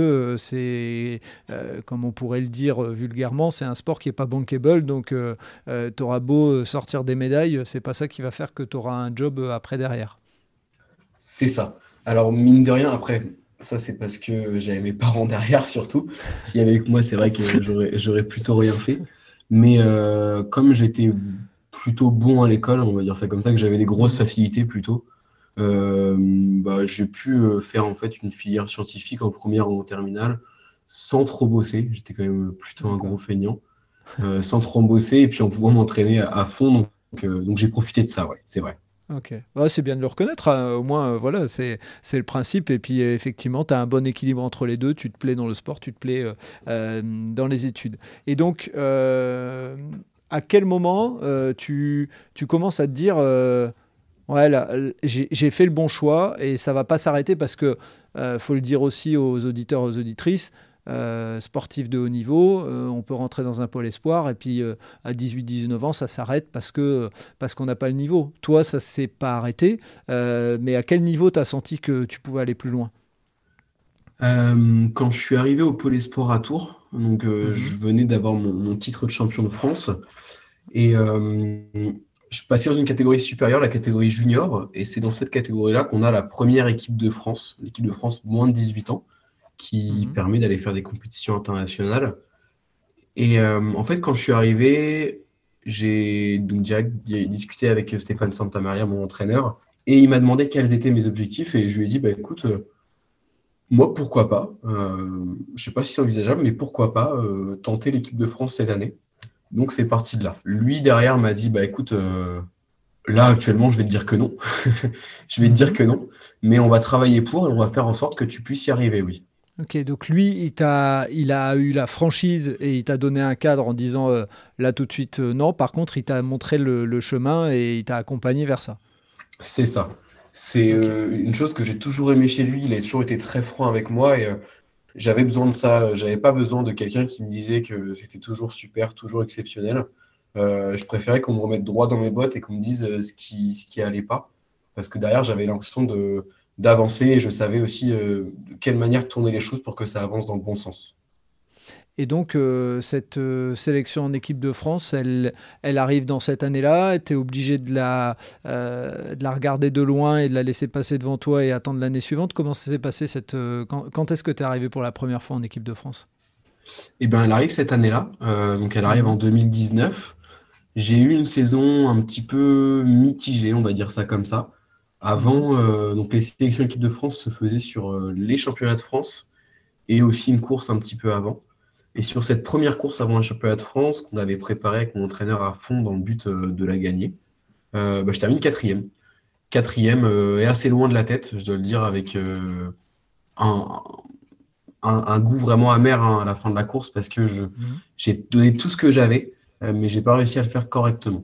B: comme on pourrait le dire vulgairement, c'est un sport qui n'est pas bankable. Donc, tu auras beau sortir des médailles, c'est pas ça qui va faire que tu auras un job après derrière.
A: C'est ça. Alors, mine de rien, après, ça, c'est parce que j'avais mes parents derrière, surtout. S'il y avait que moi, c'est vrai que j'aurais plutôt rien fait. Mais comme j'étais plutôt bon à l'école, on va dire ça comme ça, que j'avais des grosses
B: Mhm.
A: facilités plutôt, j'ai pu faire en fait une filière scientifique en première ou en terminale sans trop bosser. J'étais quand même plutôt un
B: D'accord.
A: gros feignant, sans trop bosser et puis en pouvant m'entraîner à fond. Donc j'ai profité de ça, ouais, c'est vrai.
B: Ok, ouais, c'est bien de le reconnaître, hein. Au moins, voilà, c'est le principe. Et puis, effectivement, tu as un bon équilibre entre les deux. Tu te plais dans le sport, tu te plais dans les études. Et donc, à quel moment tu commences à te dire, ouais, là, j'ai fait le bon choix et ça va pas s'arrêter parce que, faut le dire aussi aux auditeurs, aux auditrices, sportifs de haut niveau, on peut rentrer dans un pôle espoir et puis à 18-19 ans, ça s'arrête parce qu'on n'a pas le niveau. Toi, ça s'est pas arrêté, mais à quel niveau tu as senti que tu pouvais aller plus loin?
A: Quand je suis arrivé au Pôle Espoir à Tours, donc je
B: Mhm.
A: venais d'avoir mon titre de champion de France et je passais dans une catégorie supérieure, la catégorie junior, et c'est dans cette catégorie-là qu'on a la première équipe de France, l'équipe de France moins de 18 ans, qui
B: Mhm.
A: permet d'aller faire des compétitions internationales. Et en fait, quand je suis arrivé, j'ai donc direct discuté avec Stéphane Santamaria, mon entraîneur, et il m'a demandé quels étaient mes objectifs, et je lui ai dit, bah écoute, moi, pourquoi pas? Je sais pas si c'est envisageable, mais pourquoi pas tenter l'équipe de France cette année? Donc c'est parti de là. Lui derrière m'a dit bah écoute, là actuellement je vais te dire que non. Je vais te dire
B: Mhm.
A: que non, mais on va travailler pour et on va faire en sorte que tu puisses y arriver, oui.
B: Ok, donc lui, il a eu la franchise et il t'a donné un cadre en disant là tout de suite non. Par contre, il t'a montré le chemin et il t'a accompagné vers ça.
A: C'est ça. C'est
B: Ok.
A: une chose que j'ai toujours aimé chez lui. Il a toujours été très franc avec moi et j'avais besoin de ça. J'avais pas besoin de quelqu'un qui me disait que c'était toujours super, toujours exceptionnel. Je préférais qu'on me remette droit dans mes bottes et qu'on me dise ce qui allait pas. Parce que derrière, j'avais l'impression d'avancer et je savais aussi de quelle manière tourner les choses pour que ça avance dans le bon sens.
B: Et donc, cette sélection en équipe de France, elle arrive dans cette année-là. Tu es obligé de la regarder de loin et de la laisser passer devant toi et attendre l'année suivante. Comment ça s'est passé quand est-ce que tu es arrivé pour la première fois en équipe de France?
A: Et ben, elle arrive cette année-là. Donc, elle arrive en
B: Mhm.
A: 2019. J'ai eu une saison un petit peu mitigée, on va dire ça comme ça.
B: Mhm.
A: Avant, donc les sélections équipe de France se faisaient sur les championnats de France et aussi une course un petit peu avant. Et sur cette première course avant le championnat de France, qu'on avait préparé avec mon entraîneur à fond dans le but de la gagner, je termine quatrième. Quatrième et assez loin de la tête, je dois le dire, avec un, un goût vraiment amer à la fin de la course parce que j'ai donné tout ce que j'avais, mais j'ai pas réussi à le faire correctement.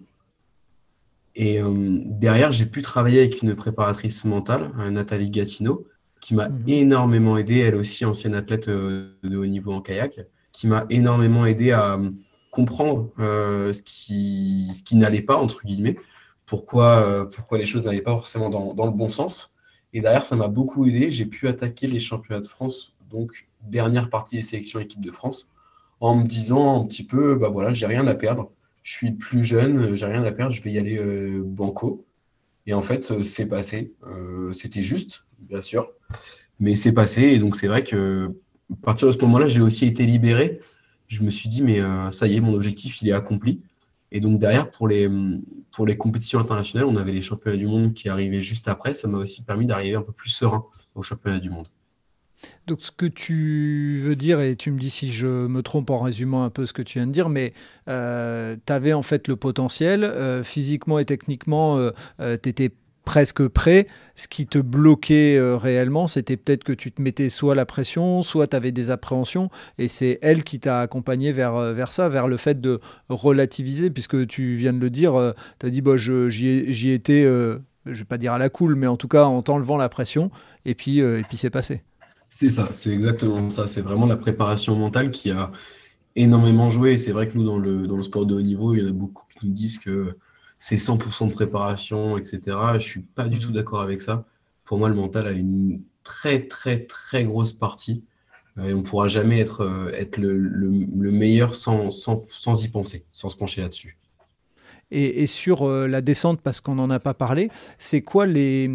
A: Et derrière, j'ai pu travailler avec une préparatrice mentale, Nathalie Gatineau, qui m'a énormément aidé, elle aussi ancienne athlète de haut niveau en kayak, qui m'a énormément aidé à comprendre ce qui n'allait pas, entre guillemets, pourquoi les choses n'allaient pas forcément dans le bon sens. Et derrière, ça m'a beaucoup aidé. J'ai pu attaquer les championnats de France, donc dernière partie des sélections équipe de France, en me disant un petit peu, bah voilà, j'ai rien à perdre. Je suis plus jeune, j'ai rien à perdre, je vais y aller banco. Et en fait, c'est passé. C'était juste, bien sûr, mais c'est passé. Et donc, c'est vrai que à partir de ce moment-là, j'ai aussi été libéré. Je me suis dit, mais ça y est, mon objectif, il est accompli. Et donc, derrière, pour les compétitions internationales, on avait les championnats du monde qui arrivaient juste après. Ça m'a aussi permis d'arriver un peu plus serein aux championnats du monde.
B: Donc, ce que tu veux dire, et tu me dis si je me trompe en résumant un peu ce que tu viens de dire, mais tu avais en fait le potentiel, physiquement et techniquement, tu étais presque prêt. Ce qui te bloquait réellement, c'était peut-être que tu te mettais soit la pression, soit tu avais des appréhensions, et c'est elle qui t'a accompagné vers ça, vers le fait de relativiser, puisque tu viens de le dire, tu as dit bah, j'y étais, je ne vais pas dire à la cool, mais en tout cas en t'enlevant la pression, et puis c'est passé.
A: C'est ça, c'est exactement ça. C'est vraiment la préparation mentale qui a énormément joué. Et c'est vrai que nous, dans le sport de haut niveau, il y en a beaucoup qui nous disent que c'est 100% de préparation, etc. Je ne suis pas du tout d'accord avec ça. Pour moi, le mental a une très, très, très grosse partie. Et on ne pourra jamais être le meilleur sans y penser, sans se pencher là-dessus.
B: Et sur la descente, parce qu'on n'en a pas parlé, c'est quoi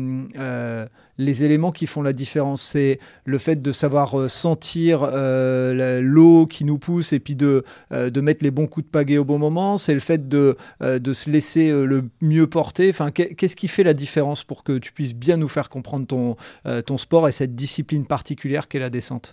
B: les éléments qui font la différence? C'est le fait de savoir sentir l'eau qui nous pousse et puis de mettre les bons coups de pagaie au bon moment. C'est le fait de se laisser le mieux porter. Enfin, qu'est-ce qui fait la différence pour que tu puisses bien nous faire comprendre ton sport et cette discipline particulière qu'est la descente?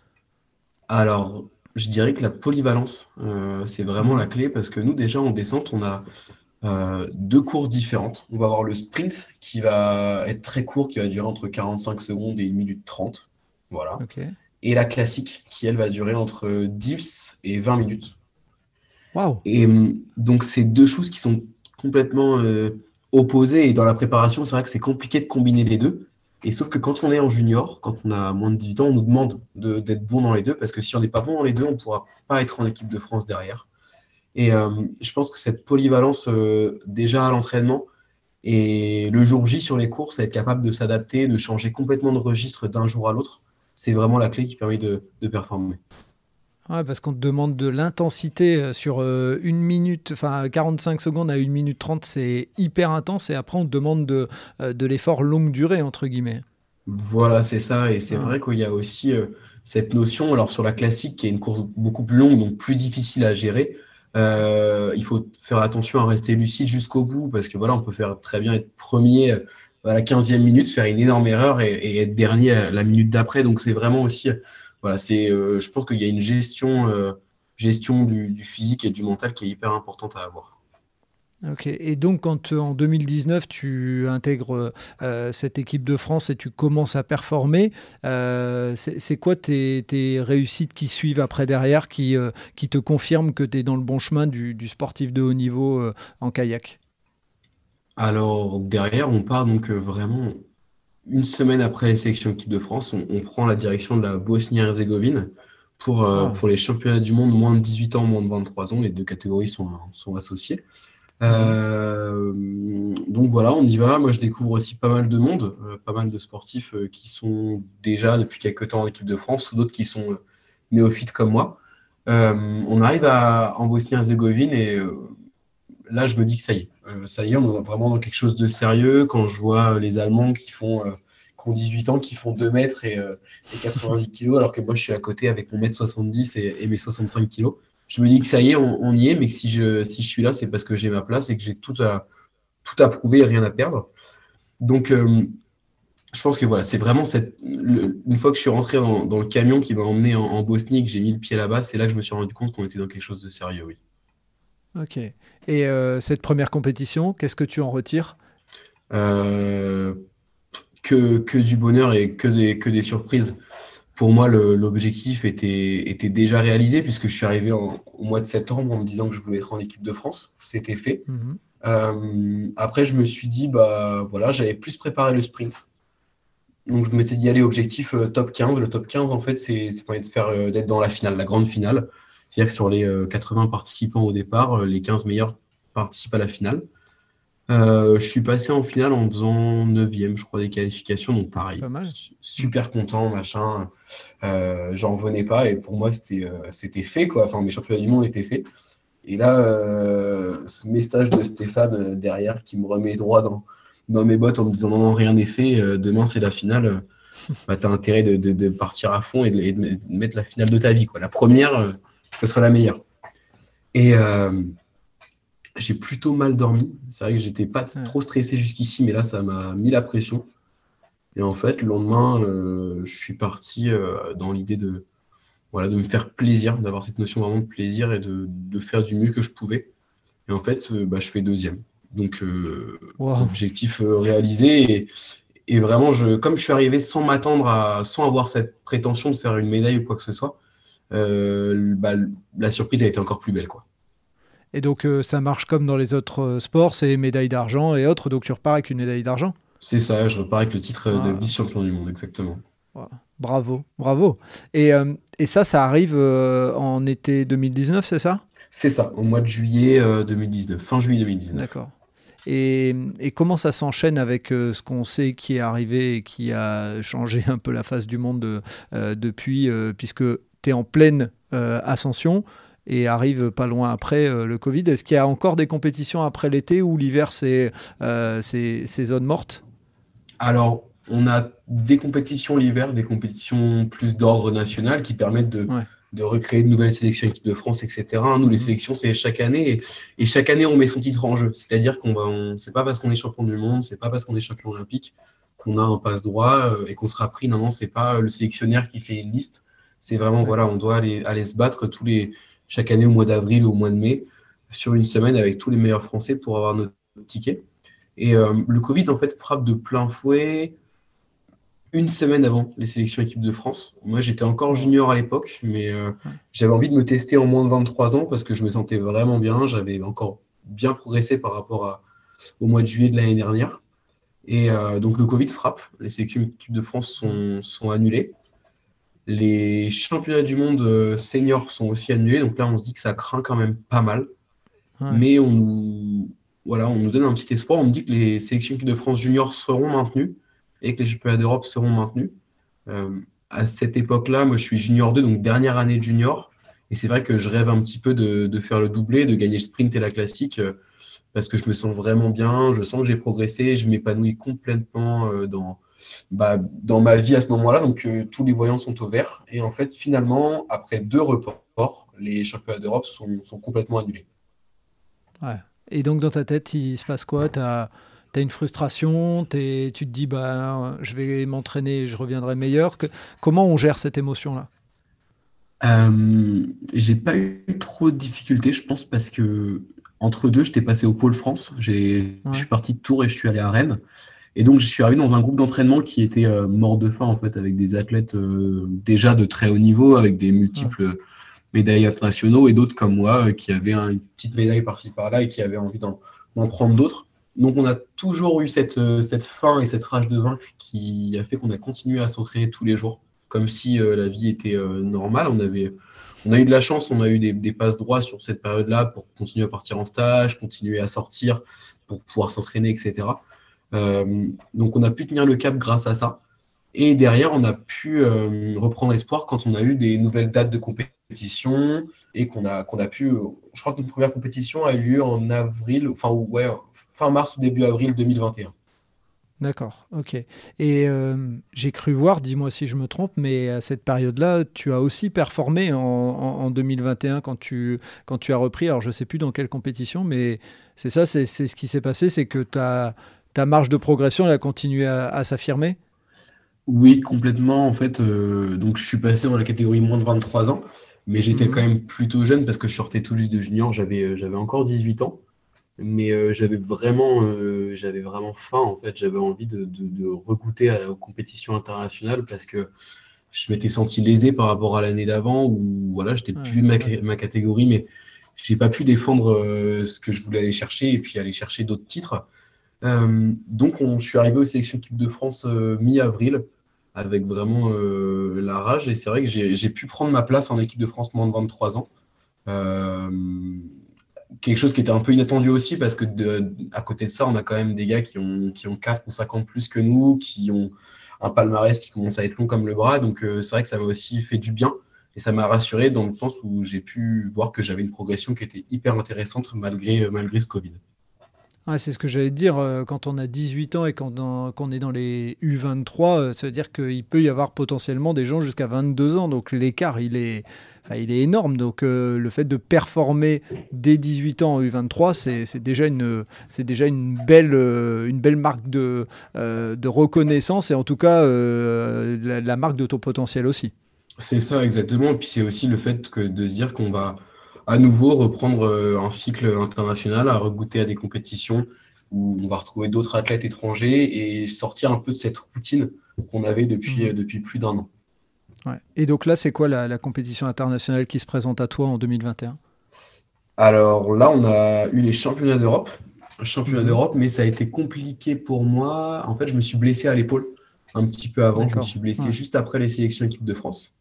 A: Alors, je dirais que la polyvalence, c'est vraiment la clé parce que nous, déjà, en descente, on a deux courses différentes. On va avoir le sprint qui va être très court, qui va durer entre 45 secondes et 1 minute 30. Voilà.
B: Ok.
A: Et la classique qui, elle, va durer entre 10 et 20 minutes.
B: Waouh.
A: Et donc, c'est deux choses qui sont complètement opposées. Et dans la préparation, c'est vrai que c'est compliqué de combiner les deux. Et sauf que quand on est en junior, quand on a moins de 18 ans, on nous demande d'être bon dans les deux. Parce que si on n'est pas bon dans les deux, on ne pourra pas être en équipe de France derrière. Et je pense que cette polyvalence, déjà à l'entraînement et le jour J sur les courses, être capable de s'adapter, de changer complètement de registre d'un jour à l'autre, c'est vraiment la clé qui permet de performer.
B: Ouais, parce qu'on te demande de l'intensité sur 1 minute, enfin 45 secondes à 1 minute 30, c'est hyper intense. Et après, on te demande de l'effort longue durée, entre guillemets.
A: Voilà, c'est ça. Et c'est
B: Ah,
A: vrai qu'il y a aussi cette notion, alors sur la classique, qui est une course beaucoup plus longue, donc plus difficile à gérer, il faut faire attention à rester lucide jusqu'au bout, parce que voilà, on peut faire très bien être premier à la 15e minute, faire une énorme erreur et être dernier à la minute d'après. Donc c'est vraiment aussi, voilà, je pense qu'il y a une gestion du physique et du mental qui est hyper importante à avoir.
B: ok. Et donc, quand en 2019, tu intègres cette équipe de France et tu commences à performer, c'est quoi tes réussites qui suivent après derrière, qui te confirment que tu es dans le bon chemin du sportif de haut niveau en kayak?
A: Alors derrière, on part donc vraiment une semaine après les sélections équipe de France, on prend la direction de la Bosnie-Herzégovine
B: Ah.
A: pour les championnats du monde moins de 18 ans, moins de 23 ans. Les deux catégories sont associées.
B: Mhm.
A: Donc voilà, on y va. Moi, je découvre aussi pas mal de monde, pas mal de sportifs qui sont déjà depuis quelques temps en équipe de France ou d'autres qui sont néophytes comme moi. On arrive en Bosnie-Herzégovine et là, je me dis que ça y est, on est vraiment dans quelque chose de sérieux. Quand je vois les Allemands qui ont 18 ans, qui font 2 mètres et 90 kilos, alors que moi, je suis à côté avec mon mètre 70 et mes 65 kilos. Je me dis que ça y est, on y est, mais que si je suis là, c'est parce que j'ai ma place et que j'ai tout à prouver et rien à perdre. Donc, je pense que voilà, c'est vraiment une fois que je suis rentré dans le camion qui m'a emmené en Bosnie, que j'ai mis le pied là-bas, c'est là que je me suis rendu compte qu'on était dans quelque chose de sérieux, oui.
B: Ok. Et cette première compétition, qu'est-ce que tu en retires?
A: Euh, que du bonheur et que des surprises. pour moi, l'objectif était déjà réalisé puisque je suis arrivé au mois de septembre en me disant que je voulais être en équipe de France. C'était fait.
B: Mhm.
A: Après, je me suis dit, bah voilà, j'avais plus préparé le sprint. Donc, je m'étais dit, allez, objectif top 15. Le top 15, en fait, c'est permet de faire, d'être dans la finale, la grande finale. C'est-à-dire que sur les 80 participants au départ, les 15 meilleurs participent à la finale. Je suis passé en finale en faisant 9e, je crois, des qualifications. Donc, pareil,
B: Pas mal. Mm.
A: super content, machin. J'en revenais pas. Et pour moi, c'était fait, quoi. Enfin, mes championnats du monde étaient faits. Et là, ce message de Stéphane derrière qui me remet droit dans mes bottes en me disant non, non, rien n'est fait, demain c'est la finale, bah, tu as intérêt de partir à fond et de mettre la finale de ta vie, quoi. La première, que ce soit la meilleure. Et j'ai plutôt mal dormi. C'est vrai que j'étais pas
B: Ouais.
A: trop stressé jusqu'ici, mais là, ça m'a mis la pression. Et en fait, le lendemain, je suis parti dans l'idée voilà, de me faire plaisir, d'avoir cette notion vraiment de plaisir et de faire du mieux que je pouvais. Et en fait, bah, je fais deuxième. Donc,
B: Wow.
A: objectif réalisé. Et vraiment, comme je suis arrivé sans avoir cette prétention de faire une médaille ou quoi que ce soit, bah, la surprise a été encore plus belle, quoi.
B: Et donc, ça marche comme dans les autres sports, c'est médaille d'argent et autres. Donc, tu repars avec une médaille d'argent.
A: C'est ça, je repars avec le titre de
B: Ah,
A: vice-champion du monde, exactement.
B: voilà. Bravo, bravo. Et ça arrive en été 2019, c'est ça?
A: C'est ça, au mois de juillet 2019, fin juillet 2019.
B: D'accord. Et comment ça s'enchaîne avec ce qu'on sait qui est arrivé et qui a changé un peu la face du monde depuis, puisque tu es en pleine ascension et arrive pas loin après le Covid. Est-ce qu'il y a encore des compétitions après l'été ou l'hiver, c'est zone morte?
A: Alors, on a des compétitions l'hiver, des compétitions plus d'ordre national qui permettent
B: Ouais.
A: de recréer de nouvelles sélections équipe de France, etc. Nous, les
B: Mhm.
A: sélections, c'est chaque année et chaque année, on met son titre en jeu. C'est-à-dire c'est pas parce qu'on est champion du monde, c'est pas parce qu'on est champion olympique qu'on a un passe-droit et qu'on sera pris. Non, non, c'est pas le sélectionneur qui fait une liste. C'est vraiment, voilà,
B: D'accord.
A: on doit aller se battre chaque année au mois d'avril ou au mois de mai sur une semaine avec tous les meilleurs Français pour avoir notre ticket. Et le Covid, en fait, frappe de plein fouet une semaine avant les sélections équipe de France. Moi, j'étais encore
B: Wow.
A: junior à l'époque, mais
B: Ouais.
A: j'avais envie de me tester en moins de 23 ans parce que je me sentais vraiment bien. J'avais encore bien progressé par rapport au mois de juillet de l'année dernière. Et donc, le Covid frappe. Les sélections équipe de France
B: Mhm.
A: sont annulées. Les championnats du monde seniors sont aussi annulés. Donc là, on se dit que ça craint quand même pas mal.
B: Ouais.
A: Mais voilà, on nous donne un petit espoir. On me dit que les sélections équipe de France juniors seront maintenues et que les championnats d'Europe seront maintenus. À cette époque-là, moi, je suis junior 2, donc dernière année de junior. Et c'est vrai que je rêve un petit peu de faire le doublé, de gagner le sprint et la classique, parce que je me sens vraiment bien, je sens que j'ai progressé, je m'épanouis complètement dans ma vie à ce moment-là. Donc, tous les voyants sont au vert. Et en fait, finalement, après 2 reports, les championnats d'Europe sont complètement annulés.
B: Ouais. Et donc, dans ta tête, il se passe quoi? T'as une frustration, tu te dis, bah, je vais m'entraîner et je reviendrai meilleur. Comment on gère cette émotion-là?
A: J'ai pas eu trop de difficultés, je pense, parce que entre deux, j'étais passé au Pôle France. Je
B: Ouais.
A: suis parti de Tours et je suis allé à Rennes. Et donc, je suis arrivé dans un groupe d'entraînement qui était mort de faim, en fait, avec des athlètes déjà de très haut niveau, avec des
B: Ouais.
A: multiples médailles internationaux et d'autres comme moi qui avaient une petite médaille par-ci par-là et qui avaient envie d'en prendre d'autres. Donc, on a toujours eu cette faim et cette rage de vaincre qui a fait qu'on a continué à s'entraîner tous les jours, comme si la vie était normale. On a eu de la chance, on a eu des passes droits sur cette période-là pour continuer à partir en stage, continuer à sortir, pour pouvoir s'entraîner, etc. Donc, on a pu tenir le cap grâce à ça. Et derrière, on a pu reprendre espoir quand on a eu des nouvelles dates de compétition et qu'on a pu. Je crois que notre première compétition a eu lieu en avril, enfin, ouais, fin mars ou début avril 2021.
B: D'accord, ok. Et j'ai cru voir, dis-moi si je me trompe, mais à cette période-là, tu as aussi performé en 2021 quand tu as repris. Alors, je ne sais plus dans quelle compétition, mais c'est ça, c'est ce qui s'est passé, c'est que ta marge de progression, elle a continué à s'affirmer.
A: Oui, complètement. En fait, donc je suis passé dans la catégorie moins de 23 ans, mais j'étais quand
B: Mhm.
A: même plutôt jeune parce que je sortais tout juste de junior, j'avais encore 18 ans. Mais j'avais vraiment faim, en fait. J'avais envie de regoûter aux compétitions internationales parce que je m'étais senti lésé par rapport à l'année d'avant où voilà, j'étais le plus vieux de ma catégorie, mais j'ai pas pu défendre ce que je voulais aller chercher et puis aller chercher d'autres titres. Donc, je suis arrivé aux sélections équipe de France mi-avril avec vraiment la rage. Et c'est vrai que j'ai pu prendre ma place en équipe de France moins de 23 ans. Euh, Quelque chose qui était un peu inattendu aussi parce que à côté de ça, on a quand même des gars qui ont 4 ou 5 ans de plus que nous, qui ont un palmarès qui commence à être long comme le bras. Donc, c'est vrai que ça m'a aussi fait du bien. Et ça m'a rassuré dans le sens où j'ai pu voir que j'avais une progression qui était hyper intéressante malgré ce Covid.
B: Ouais, c'est ce que j'allais te dire. Quand on a 18 ans et quand on est dans les U23, ça veut dire qu'il peut y avoir potentiellement des gens jusqu'à 22 ans. Donc l'écart, il est énorme. Donc le fait de performer dès 18 ans en U23, c'est déjà une belle marque de reconnaissance et en tout cas la marque de ton potentiel aussi.
A: C'est ça, exactement. Et puis c'est aussi le fait de se dire qu'on va à nouveau reprendre un cycle international, à regoûter à des compétitions où on va retrouver d'autres athlètes étrangers et sortir un peu de cette routine qu'on avait depuis plus d'un an.
B: Ouais. Et donc là, c'est quoi la compétition internationale qui se présente à toi en 2021?
A: Alors là, on a eu les championnats
B: Mhm.
A: d'Europe, mais ça a été compliqué pour moi. En fait, je me suis blessé à l'épaule un petit peu avant. Je me
B: D'accord.
A: suis blessé
B: Ouais.
A: juste après les sélections équipe de France,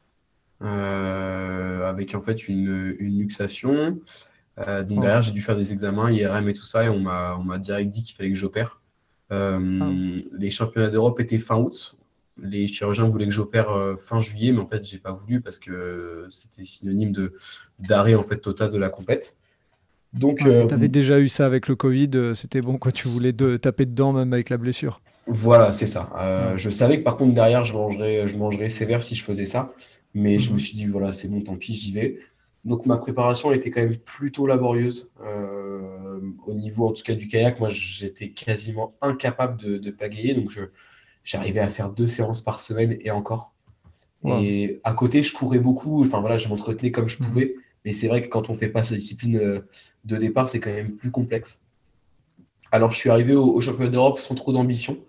A: avec en fait une luxation. Donc
B: Wow.
A: derrière, j'ai dû faire des examens IRM et tout ça, et on m'a direct dit qu'il fallait que j'opère.
B: Ah,
A: Les championnats d'Europe étaient fin août. Les chirurgiens voulaient que j'opère fin juillet, mais en fait, j'ai pas voulu parce que c'était synonyme d'arrêt en fait total de la compète. Donc
B: ouais. Et tu avais déjà eu ça avec le Covid, c'était bon quand tu voulais taper dedans même avec la blessure.
A: voilà, c'est ça.
B: Ouais.
A: Je savais que par contre derrière, je mangerais sévère si je faisais ça, mais je me
B: Mhm.
A: suis dit voilà, c'est bon, tant pis, j'y vais. Donc ma préparation était quand même plutôt laborieuse au niveau en tout cas du kayak. Moi, j'étais quasiment incapable de pagayer, donc j'arrivais à faire 2 séances par semaine et encore.
B: Wow.
A: Et à côté, je courais beaucoup. Enfin voilà, je m'entretenais comme je
B: Mhm.
A: pouvais. Mais c'est vrai que quand on fait pas sa discipline de départ, c'est quand même plus complexe. Alors, je suis arrivé au championnat d'Europe sans trop d'ambition.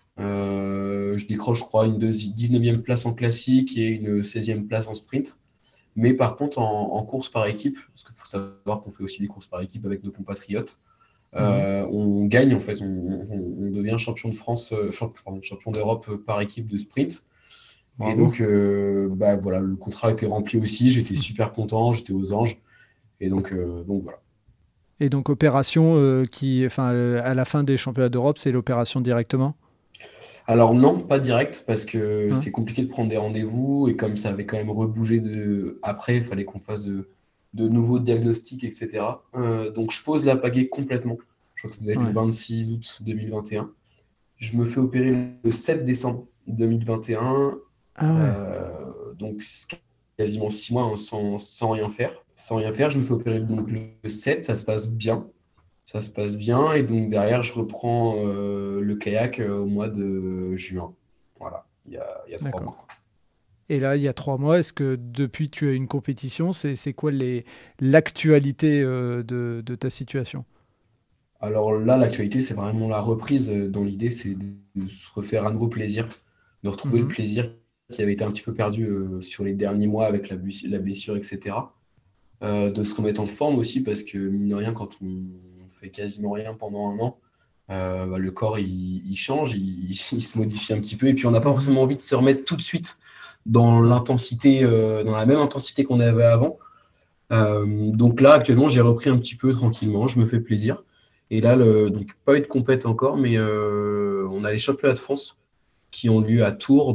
A: Je décroche, je crois, une 19e place en classique et une 16e place en sprint. Mais par contre, en course par équipe, parce qu'il faut savoir qu'on fait aussi des courses par équipe avec nos compatriotes,
B: Mhm.
A: on gagne en fait, on devient champion de France, champion d'Europe par équipe de sprint. Et
B: Bravo.
A: donc, bah, voilà, le contrat a été rempli aussi. J'étais super content, j'étais aux anges. Et donc voilà.
B: Et donc opération à la fin des championnats d'Europe, c'est l'opération directement?
A: Alors non, pas direct, parce que
B: Hein.
A: c'est compliqué de prendre des rendez-vous. Et comme ça avait quand même rebougé après, il fallait qu'on fasse de nouveaux diagnostics, etc. Donc je pose la pagaie complètement. Je crois que ça devait être le
B: Ouais.
A: 26 août 2021. Je me fais opérer le 7 décembre 2021.
B: Ah ouais.
A: Donc c'est quasiment 6 mois hein, sans rien faire. Sans rien faire, je me fais opérer donc, le 7, ça se passe bien. Ça se passe bien. Et donc derrière, je reprends le kayak au mois de juin. Voilà, il y a 3 mois.
B: D'accord. Et là, il y a 3 mois, est-ce que depuis tu as une compétition, c'est quoi l'actualité de ta situation?
A: Alors là, l'actualité, c'est vraiment la reprise. Dans l'idée, c'est de se refaire un nouveau plaisir, de retrouver le
B: Mhm.
A: plaisir qui avait été un petit peu perdu sur les derniers mois avec la blessure, etc. De se remettre en forme aussi, parce que mine de rien, quand on fait quasiment rien pendant un an, bah, le corps il change, il se modifie un petit peu, et puis on n'a pas
B: Mhm.
A: forcément envie de se remettre tout de suite dans
B: Ouais.
A: l'intensité, dans la même intensité qu'on avait avant. Donc là, actuellement, j'ai repris un petit peu tranquillement, je me fais plaisir. Et là, donc pas eu de compète encore, mais on a les championnats de France qui ont lieu à Tours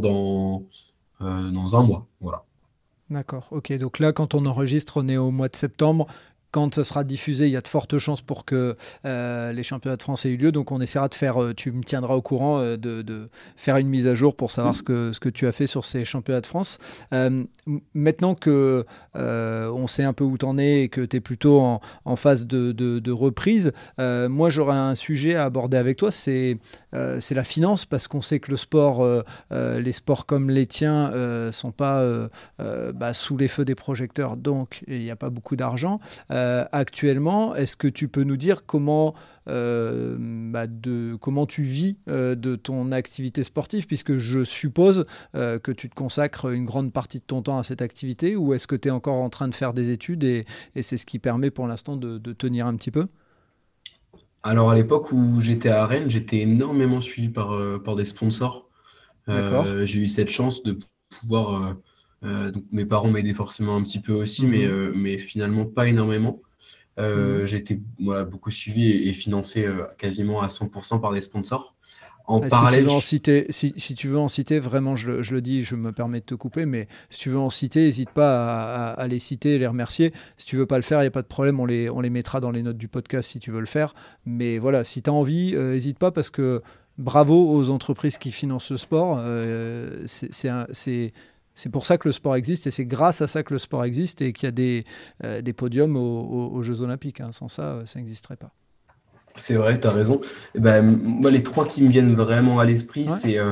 A: dans un mois. Voilà.
B: D'accord. Ok. Donc là, quand on enregistre, on est au mois de septembre. Quand ça sera diffusé, il y a de fortes chances pour que les championnats de France aient eu lieu. Donc on essaiera de faire, tu me tiendras au courant, de faire une mise à jour pour savoir ce que tu as fait sur ces championnats de France. Maintenant que on sait un peu où tu en es et que tu es plutôt en phase de reprise, moi j'aurais un sujet à aborder avec toi, c'est la finance, parce qu'on sait que le sport, les sports comme les tiens sont pas sous les feux des projecteurs, donc il n'y a pas beaucoup d'argent. actuellement. Est-ce que tu peux nous dire comment tu vis de ton activité sportive, puisque je suppose que tu te consacres une grande partie de ton temps à cette activité, ou est-ce que tu es encore en train de faire des études et c'est ce qui permet pour l'instant de tenir un petit peu?
A: Alors à l'époque où j'étais à Rennes, j'étais énormément suivi par des sponsors.
B: D'accord.
A: J'ai eu cette chance de pouvoir. Donc mes parents m'aidaient forcément un petit peu aussi,
B: Mhm.
A: mais finalement pas énormément.
B: Mhm.
A: J'ai été voilà, beaucoup suivi et financé quasiment à 100% par des sponsors. En
B: Est-ce que tu
A: parallèle,
B: veux en citer, si tu veux en citer, vraiment, je le dis, je me permets de te couper, mais si tu veux en citer, n'hésite pas à les citer et les remercier. Si tu veux pas le faire, il n'y a pas de problème, on les mettra dans les notes du podcast si tu veux le faire. Mais voilà, si tu as envie, n'hésite pas, parce que bravo aux entreprises qui financent ce sport. C'est pour ça que le sport existe, et c'est grâce à ça que le sport existe et qu'il y a des podiums aux Jeux Olympiques, hein. Sans ça, ça n'existerait pas.
A: c'est vrai, tu as raison. Eh ben, moi, les trois qui me viennent vraiment à l'esprit,
B: Ouais.
A: c'est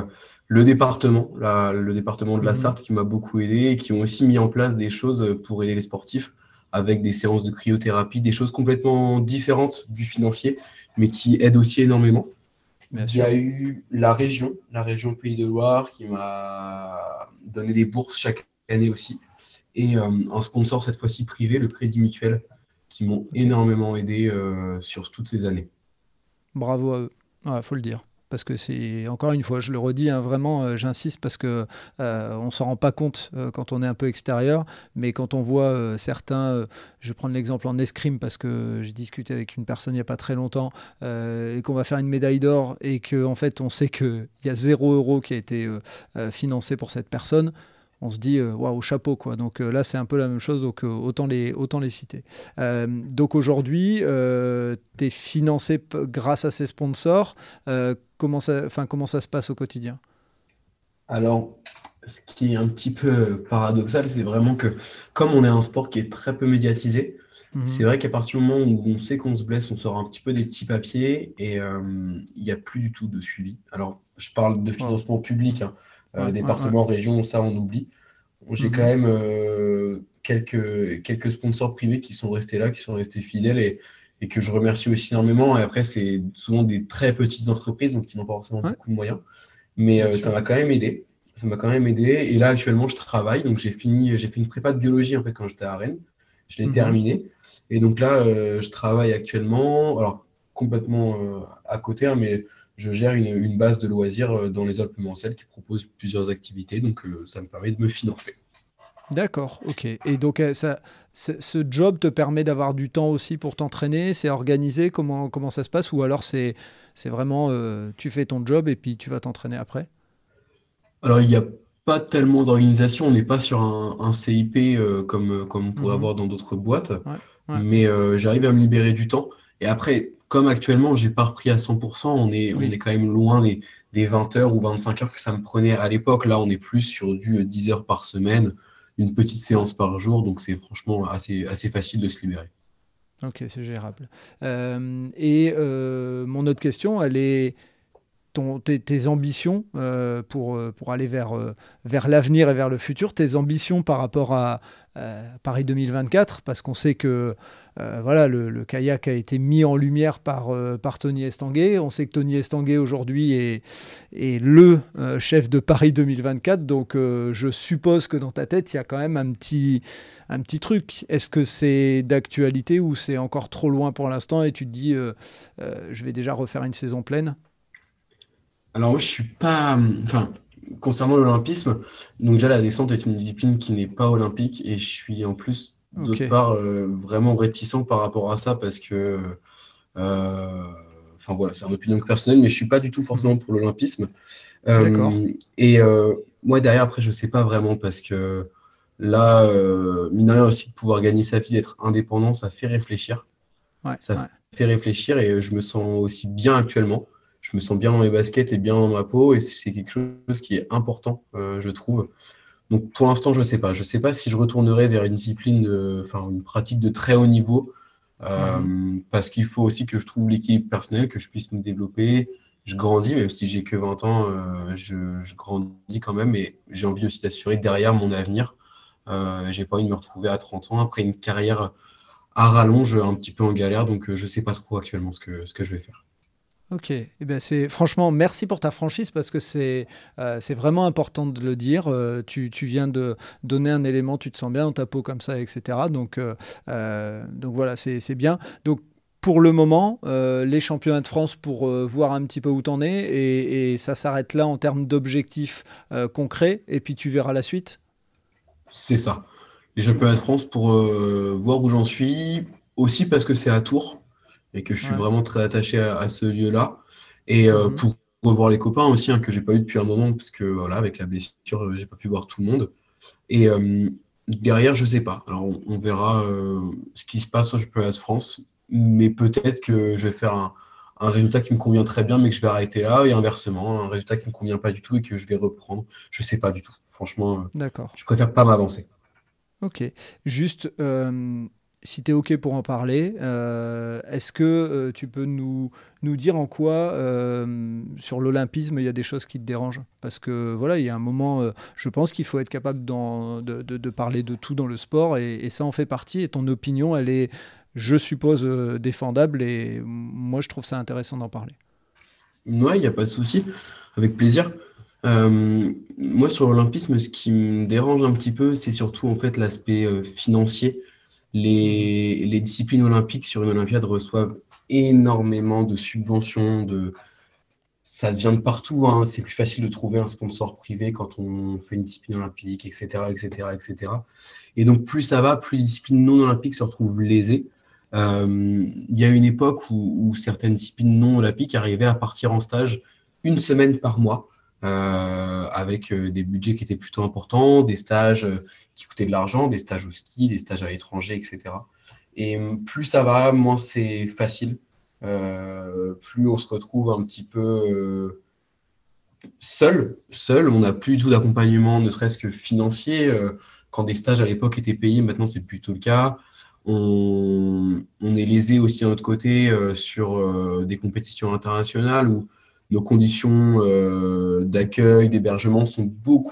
A: le département de la
B: Mhm.
A: Sarthe qui m'a beaucoup aidé et qui ont aussi mis en place des choses pour aider les sportifs avec des séances de cryothérapie, des choses complètement différentes du financier, mais qui aident aussi énormément.
B: Bien
A: Il y a
B: sûr.
A: eu la région Pays de Loire qui m'a donné des bourses chaque année aussi. Et un sponsor, cette fois-ci privé, le Crédit Mutuel, qui m'ont
B: Ok.
A: énormément aidé sur toutes ces années.
B: Bravo à eux. Il faut le dire. Parce que c'est, encore une fois, je le redis, hein, vraiment, j'insiste parce que on ne s'en rend pas compte quand on est un peu extérieur, mais quand on voit certains, je vais prendre l'exemple en escrime parce que j'ai discuté avec une personne il n'y a pas très longtemps, et qu'on va faire une médaille d'or et qu'en fait on sait qu'il y a 0 € qui a été financé pour cette personne. On se dit, waouh, chapeau, quoi. Donc là, c'est un peu la même chose, donc autant les citer. Donc aujourd'hui, tu es financé grâce à ces sponsors. Comment ça se passe au quotidien?
A: Alors, ce qui est un petit peu paradoxal, c'est vraiment que comme on est un sport qui est très peu médiatisé, c'est
B: Mhm.
A: vrai qu'à partir du moment où on sait qu'on se blesse, on sort un petit peu des petits papiers et il n'y a plus du tout de suivi. Alors, je parle de
B: Wow.
A: financement public, hein.
B: Ouais, ouais, ouais.
A: Département, région, ça on oublie. J'ai quand
B: Mhm.
A: même quelques sponsors privés qui sont restés là, qui sont restés fidèles et que je remercie aussi énormément. Et après, c'est souvent des très petites entreprises, donc qui n'ont pas forcément
B: Ouais,
A: beaucoup de moyens. Mais
B: bien
A: ça
B: sûr.
A: m'a quand même aidé. Ça m'a quand même aidé. Et là, actuellement, je travaille. Donc, j'ai fait une prépa de biologie en fait quand j'étais à Rennes. Je l'ai
B: Mhm.
A: terminée. Et donc là, je travaille actuellement. Alors, complètement à côté, hein, mais je gère une base de loisirs dans les Alpes-Mancelles qui propose plusieurs activités. Donc, ça me permet de me financer.
B: D'accord, ok. Et donc, ce job te permet d'avoir du temps aussi pour t'entraîner, c'est organisé, comment ça se passe? Ou alors c'est vraiment, tu fais ton job et puis tu vas t'entraîner après?
A: Alors, il n'y a pas tellement d'organisation. On n'est pas sur un CIP comme on pourrait
B: Mhm.
A: avoir dans d'autres boîtes.
B: Ouais, ouais,
A: Mais j'arrive à me libérer du temps. Et après, comme actuellement, j'ai pas repris à 100%, on est
B: oui.
A: quand même loin des 20 heures ou 25 heures que ça me prenait à l'époque. Là, on est plus sur du 10 heures par semaine, une petite
B: Ouais.
A: séance par jour. Donc, c'est franchement assez facile de se libérer.
B: Ok, c'est gérable. Et mon autre question, elle est tes ambitions pour aller vers l'avenir et vers le futur, tes ambitions par rapport à Paris 2024, parce qu'on sait que voilà, le kayak a été mis en lumière par Tony Estanguet. On sait que Tony Estanguet aujourd'hui est le chef de Paris 2024, donc je suppose que dans ta tête, il y a quand même un petit truc. Est-ce que c'est d'actualité ou c'est encore trop loin pour l'instant et tu te dis, je vais déjà refaire une saison pleine?
A: Alors, moi, je suis pas. Enfin, concernant l'olympisme, donc déjà, la descente est une discipline qui n'est pas olympique et je suis en plus,
B: Ok,
A: d'autre part, vraiment réticent par rapport à ça parce que. euh, Enfin voilà, c'est une opinion personnelle, mais je suis pas du tout
B: mhm.
A: forcément pour l'olympisme.
B: D'accord.
A: Et moi, derrière, après, je sais pas vraiment parce que là, mine de rien aussi, de pouvoir gagner sa vie, d'être indépendant, ça fait réfléchir.
B: Ouais,
A: Ça
B: ouais.
A: fait réfléchir et je me sens aussi bien actuellement. Je me sens bien dans mes baskets et bien dans ma peau et c'est quelque chose qui est important, je trouve. Donc pour l'instant, je sais pas. Je sais pas si je retournerai vers une discipline, enfin une pratique de très haut niveau
B: Mhm.
A: parce qu'il faut aussi que je trouve l'équilibre personnel, que je puisse me développer. Je grandis, même si j'ai que 20 ans, je grandis quand même et j'ai envie aussi d'assurer derrière mon avenir. J'ai pas envie de me retrouver à 30 ans après une carrière à rallonge, un petit peu en galère. Donc, je ne sais pas trop actuellement ce que je vais faire.
B: Ok, franchement, merci pour ta franchise parce que c'est vraiment important de le dire. Tu viens de donner un élément, tu te sens bien dans ta peau comme ça, etc. Donc voilà, c'est bien. Donc pour le moment, les championnats de France pour voir un petit peu où t'en es et ça s'arrête là en termes d'objectifs concrets et puis tu verras la suite.
A: C'est ça. Les championnats de
B: D'accord.
A: France pour voir où j'en suis, aussi parce que c'est à Tours et que je suis
B: Ouais.
A: vraiment très attaché à ce lieu-là. Et
B: Mhm.
A: pour revoir les copains aussi, hein, que j'ai pas eu depuis un moment, parce que voilà, avec la blessure, j'ai pas pu voir tout le monde. Et derrière, je sais pas. Alors, on verra ce qui se passe au championnat de France, mais peut-être que je vais faire un résultat qui me convient très bien, mais que je vais arrêter là, et inversement, un résultat qui me convient pas du tout et que je vais reprendre. Je sais pas du tout. Franchement,
B: D'accord.
A: je préfère pas m'avancer.
B: Ok. Juste, si tu es OK pour en parler, est-ce que tu peux nous dire en quoi, sur l'olympisme, il y a des choses qui te dérangent? Parce que voilà, il y a un moment, je pense qu'il faut être capable de parler de tout dans le sport et ça en fait partie. Et ton opinion, elle est, je suppose, défendable et moi, je trouve ça intéressant d'en parler.
A: Ouais, il n'y a pas de souci, avec plaisir. Moi, sur l'olympisme, ce qui me dérange un petit peu, c'est surtout en fait l'aspect financier.
B: Mhm.
A: Les disciplines olympiques sur une Olympiade reçoivent énormément de subventions, ça vient de partout, hein. C'est plus facile de trouver un sponsor privé quand on fait une discipline olympique, etc., etc., etc. Et donc, plus ça va, plus les disciplines non olympiques se retrouvent lésées. Il y a une époque où certaines disciplines non olympiques arrivaient à partir en stage une semaine par mois, avec des budgets qui étaient plutôt importants, des stages qui coûtaient de l'argent, des stages au ski, des stages à l'étranger, etc. Et plus ça va, moins c'est facile. Plus on se retrouve un petit peu seul. On n'a plus du tout d'accompagnement, ne serait-ce que financier. Quand des stages à l'époque étaient payés, maintenant c'est plutôt le cas. On est lésé aussi d'un autre côté sur des compétitions internationales où nos conditions d'accueil, d'hébergement sont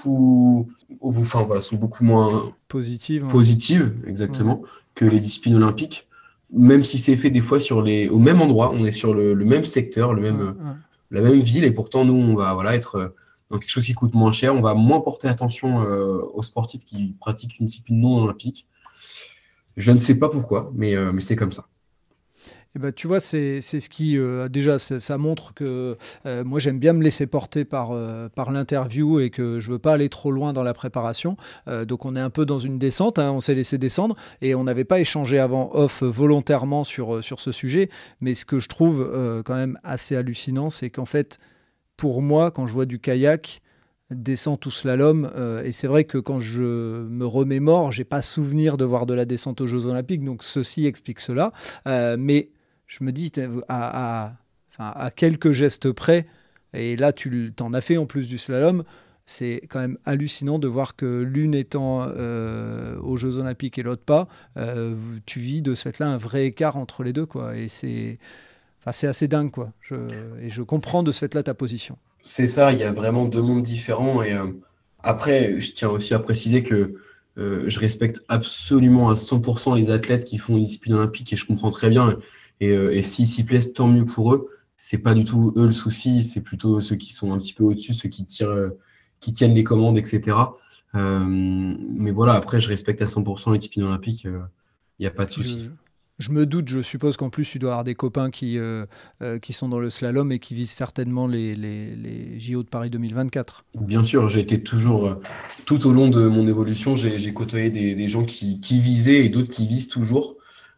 A: enfin, voilà, sont beaucoup moins
B: Positive, ouais.
A: positives,
B: Ouais.
A: exactement, que les disciplines olympiques. Même si c'est fait des fois au même endroit, on est sur le même secteur,
B: Ouais, ouais.
A: la même ville, et pourtant, nous, on va voilà, être dans quelque chose qui coûte moins cher. On va moins porter attention aux sportifs qui pratiquent une discipline non olympique. Je ne sais pas pourquoi, mais c'est comme ça.
B: Eh ben, tu vois, c'est ce qui, déjà, ça montre que moi, j'aime bien me laisser porter par l'interview et que je veux pas aller trop loin dans la préparation. Donc, on est un peu dans une descente, hein, on s'est laissé descendre et on n'avait pas échangé avant off volontairement sur ce sujet. Mais ce que je trouve quand même assez hallucinant, c'est qu'en fait, pour moi, quand je vois du kayak, descente ou slalom, et c'est vrai que quand je me remémore, j'ai pas souvenir de voir de la descente aux Jeux Olympiques, donc ceci explique cela. Mais je me dis, enfin, à quelques gestes près, et là tu t'en as fait en plus du slalom, c'est quand même hallucinant de voir que l'une étant aux Jeux Olympiques et l'autre pas, tu vis de ce fait-là un vrai écart entre les deux, quoi. Et enfin, c'est assez dingue, quoi. Et je comprends de ce fait-là ta position.
A: C'est ça, il y a vraiment deux mondes différents. Et après, je tiens aussi à préciser que je respecte absolument à 100% les athlètes qui font une discipline olympique et je comprends très bien. Et s'ils s'y plaisent, tant mieux pour eux. C'est pas du tout eux le souci, c'est plutôt ceux qui sont un petit peu au-dessus, ceux qui tirent, qui tiennent les commandes, etc. Mais voilà, après, je respecte à 100% les disciplines olympiques, il n'y a pas de souci.
B: Je, je me doute, je suppose qu'en plus, tu dois avoir des copains qui sont dans le slalom et qui visent certainement les JO de Paris 2024.
A: Bien sûr, j'ai été toujours, tout au long de mon évolution, j'ai côtoyé des gens qui visaient et d'autres qui visent toujours.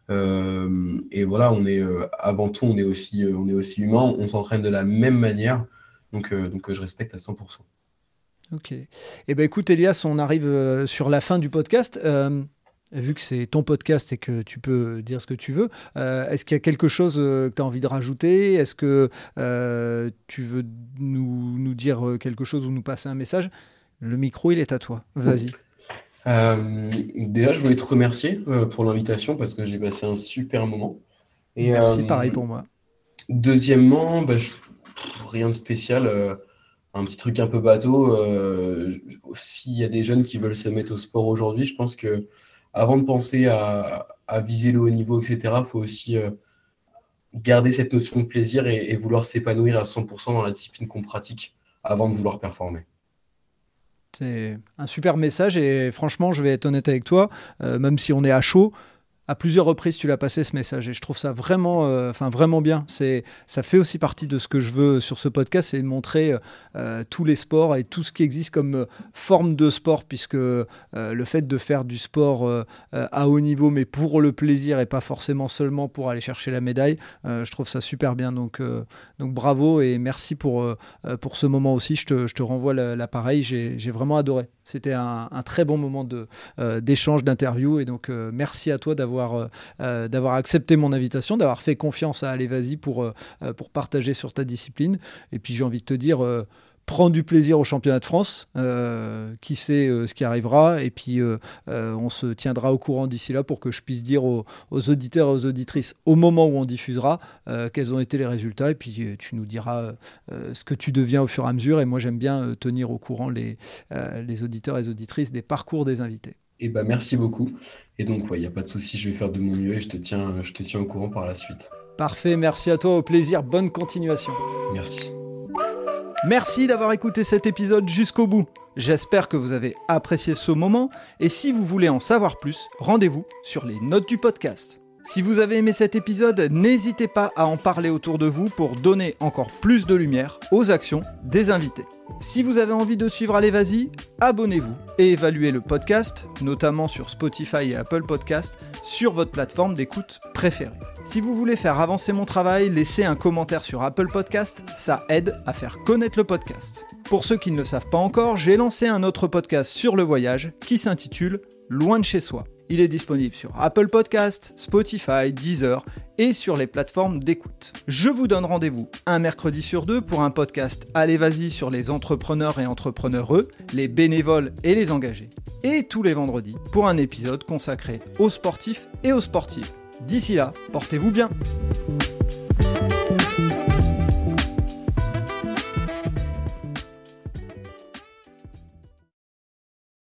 A: Et voilà, avant tout, on est aussi humain, on s'entraîne de la même manière, donc je respecte à 100%.
B: Ok. Eh ben écoute, Elias, on arrive sur la fin du podcast. Vu que c'est ton podcast et que tu peux dire ce que tu veux, est-ce qu'il y a quelque chose que tu as envie de rajouter? Est-ce que tu veux nous dire quelque chose ou nous passer un message? Le micro, il est à toi. Vas-y.
A: Déjà, je voulais te remercier pour l'invitation parce que j'ai passé un super moment. Et
B: Merci, pareil pour moi.
A: deuxièmement, rien de spécial. Un petit truc un peu bateau. S'il y a des jeunes qui veulent se mettre au sport aujourd'hui, je pense que avant de penser à viser le haut niveau, etc., il faut aussi garder cette notion de plaisir et vouloir s'épanouir à 100% dans la discipline qu'on pratique avant de vouloir performer.
B: C'est un super message et franchement, je vais être honnête avec toi, même si on est à chaud, à plusieurs reprises, tu l'as passé ce message et je trouve ça vraiment, vraiment bien. Ça fait aussi partie de ce que je veux sur ce podcast, c'est montrer tous les sports et tout ce qui existe comme forme de sport, puisque le fait de faire du sport à haut niveau, mais pour le plaisir et pas forcément seulement pour aller chercher la médaille, je trouve ça super bien. Donc bravo et merci pour ce moment aussi. Je te renvoie l'appareil, j'ai vraiment adoré. C'était un très bon moment d'échange, d'interview et donc merci à toi d'avoir accepté mon invitation, d'avoir fait confiance à Allez Vas-y pour partager sur ta discipline. Et puis j'ai envie de te dire, prends du plaisir au championnat de France, qui sait ce qui arrivera, et puis on se tiendra au courant d'ici là pour que je puisse dire aux auditeurs et aux auditrices au moment où on diffusera quels ont été les résultats, et puis tu nous diras ce que tu deviens au fur et à mesure, et moi j'aime bien tenir au courant les auditeurs et les auditrices des parcours des invités.
A: Et bah, merci beaucoup. Et donc, il n'y a pas de souci, je vais faire de mon mieux et je te tiens au courant par la suite.
B: Parfait, merci à toi, au plaisir, bonne continuation.
A: Merci.
B: Merci d'avoir écouté cet épisode jusqu'au bout. J'espère que vous avez apprécié ce moment et si vous voulez en savoir plus, rendez-vous sur les notes du podcast. Si vous avez aimé cet épisode, n'hésitez pas à en parler autour de vous pour donner encore plus de lumière aux actions des invités. Si vous avez envie de suivre Allez Vas-y, abonnez-vous et évaluez le podcast, notamment sur Spotify et Apple Podcasts, sur votre plateforme d'écoute préférée. Si vous voulez faire avancer mon travail, laissez un commentaire sur Apple Podcasts, ça aide à faire connaître le podcast. Pour ceux qui ne le savent pas encore, j'ai lancé un autre podcast sur le voyage qui s'intitule Loin de chez soi. Il est disponible sur Apple Podcasts, Spotify, Deezer et sur les plateformes d'écoute. Je vous donne rendez-vous un mercredi sur 2 pour un podcast Allez Vas-y sur les entrepreneurs et entrepreneureux, les bénévoles et les engagés. Et tous les vendredis pour un épisode consacré aux sportifs et aux sportives. D'ici là, portez-vous bien.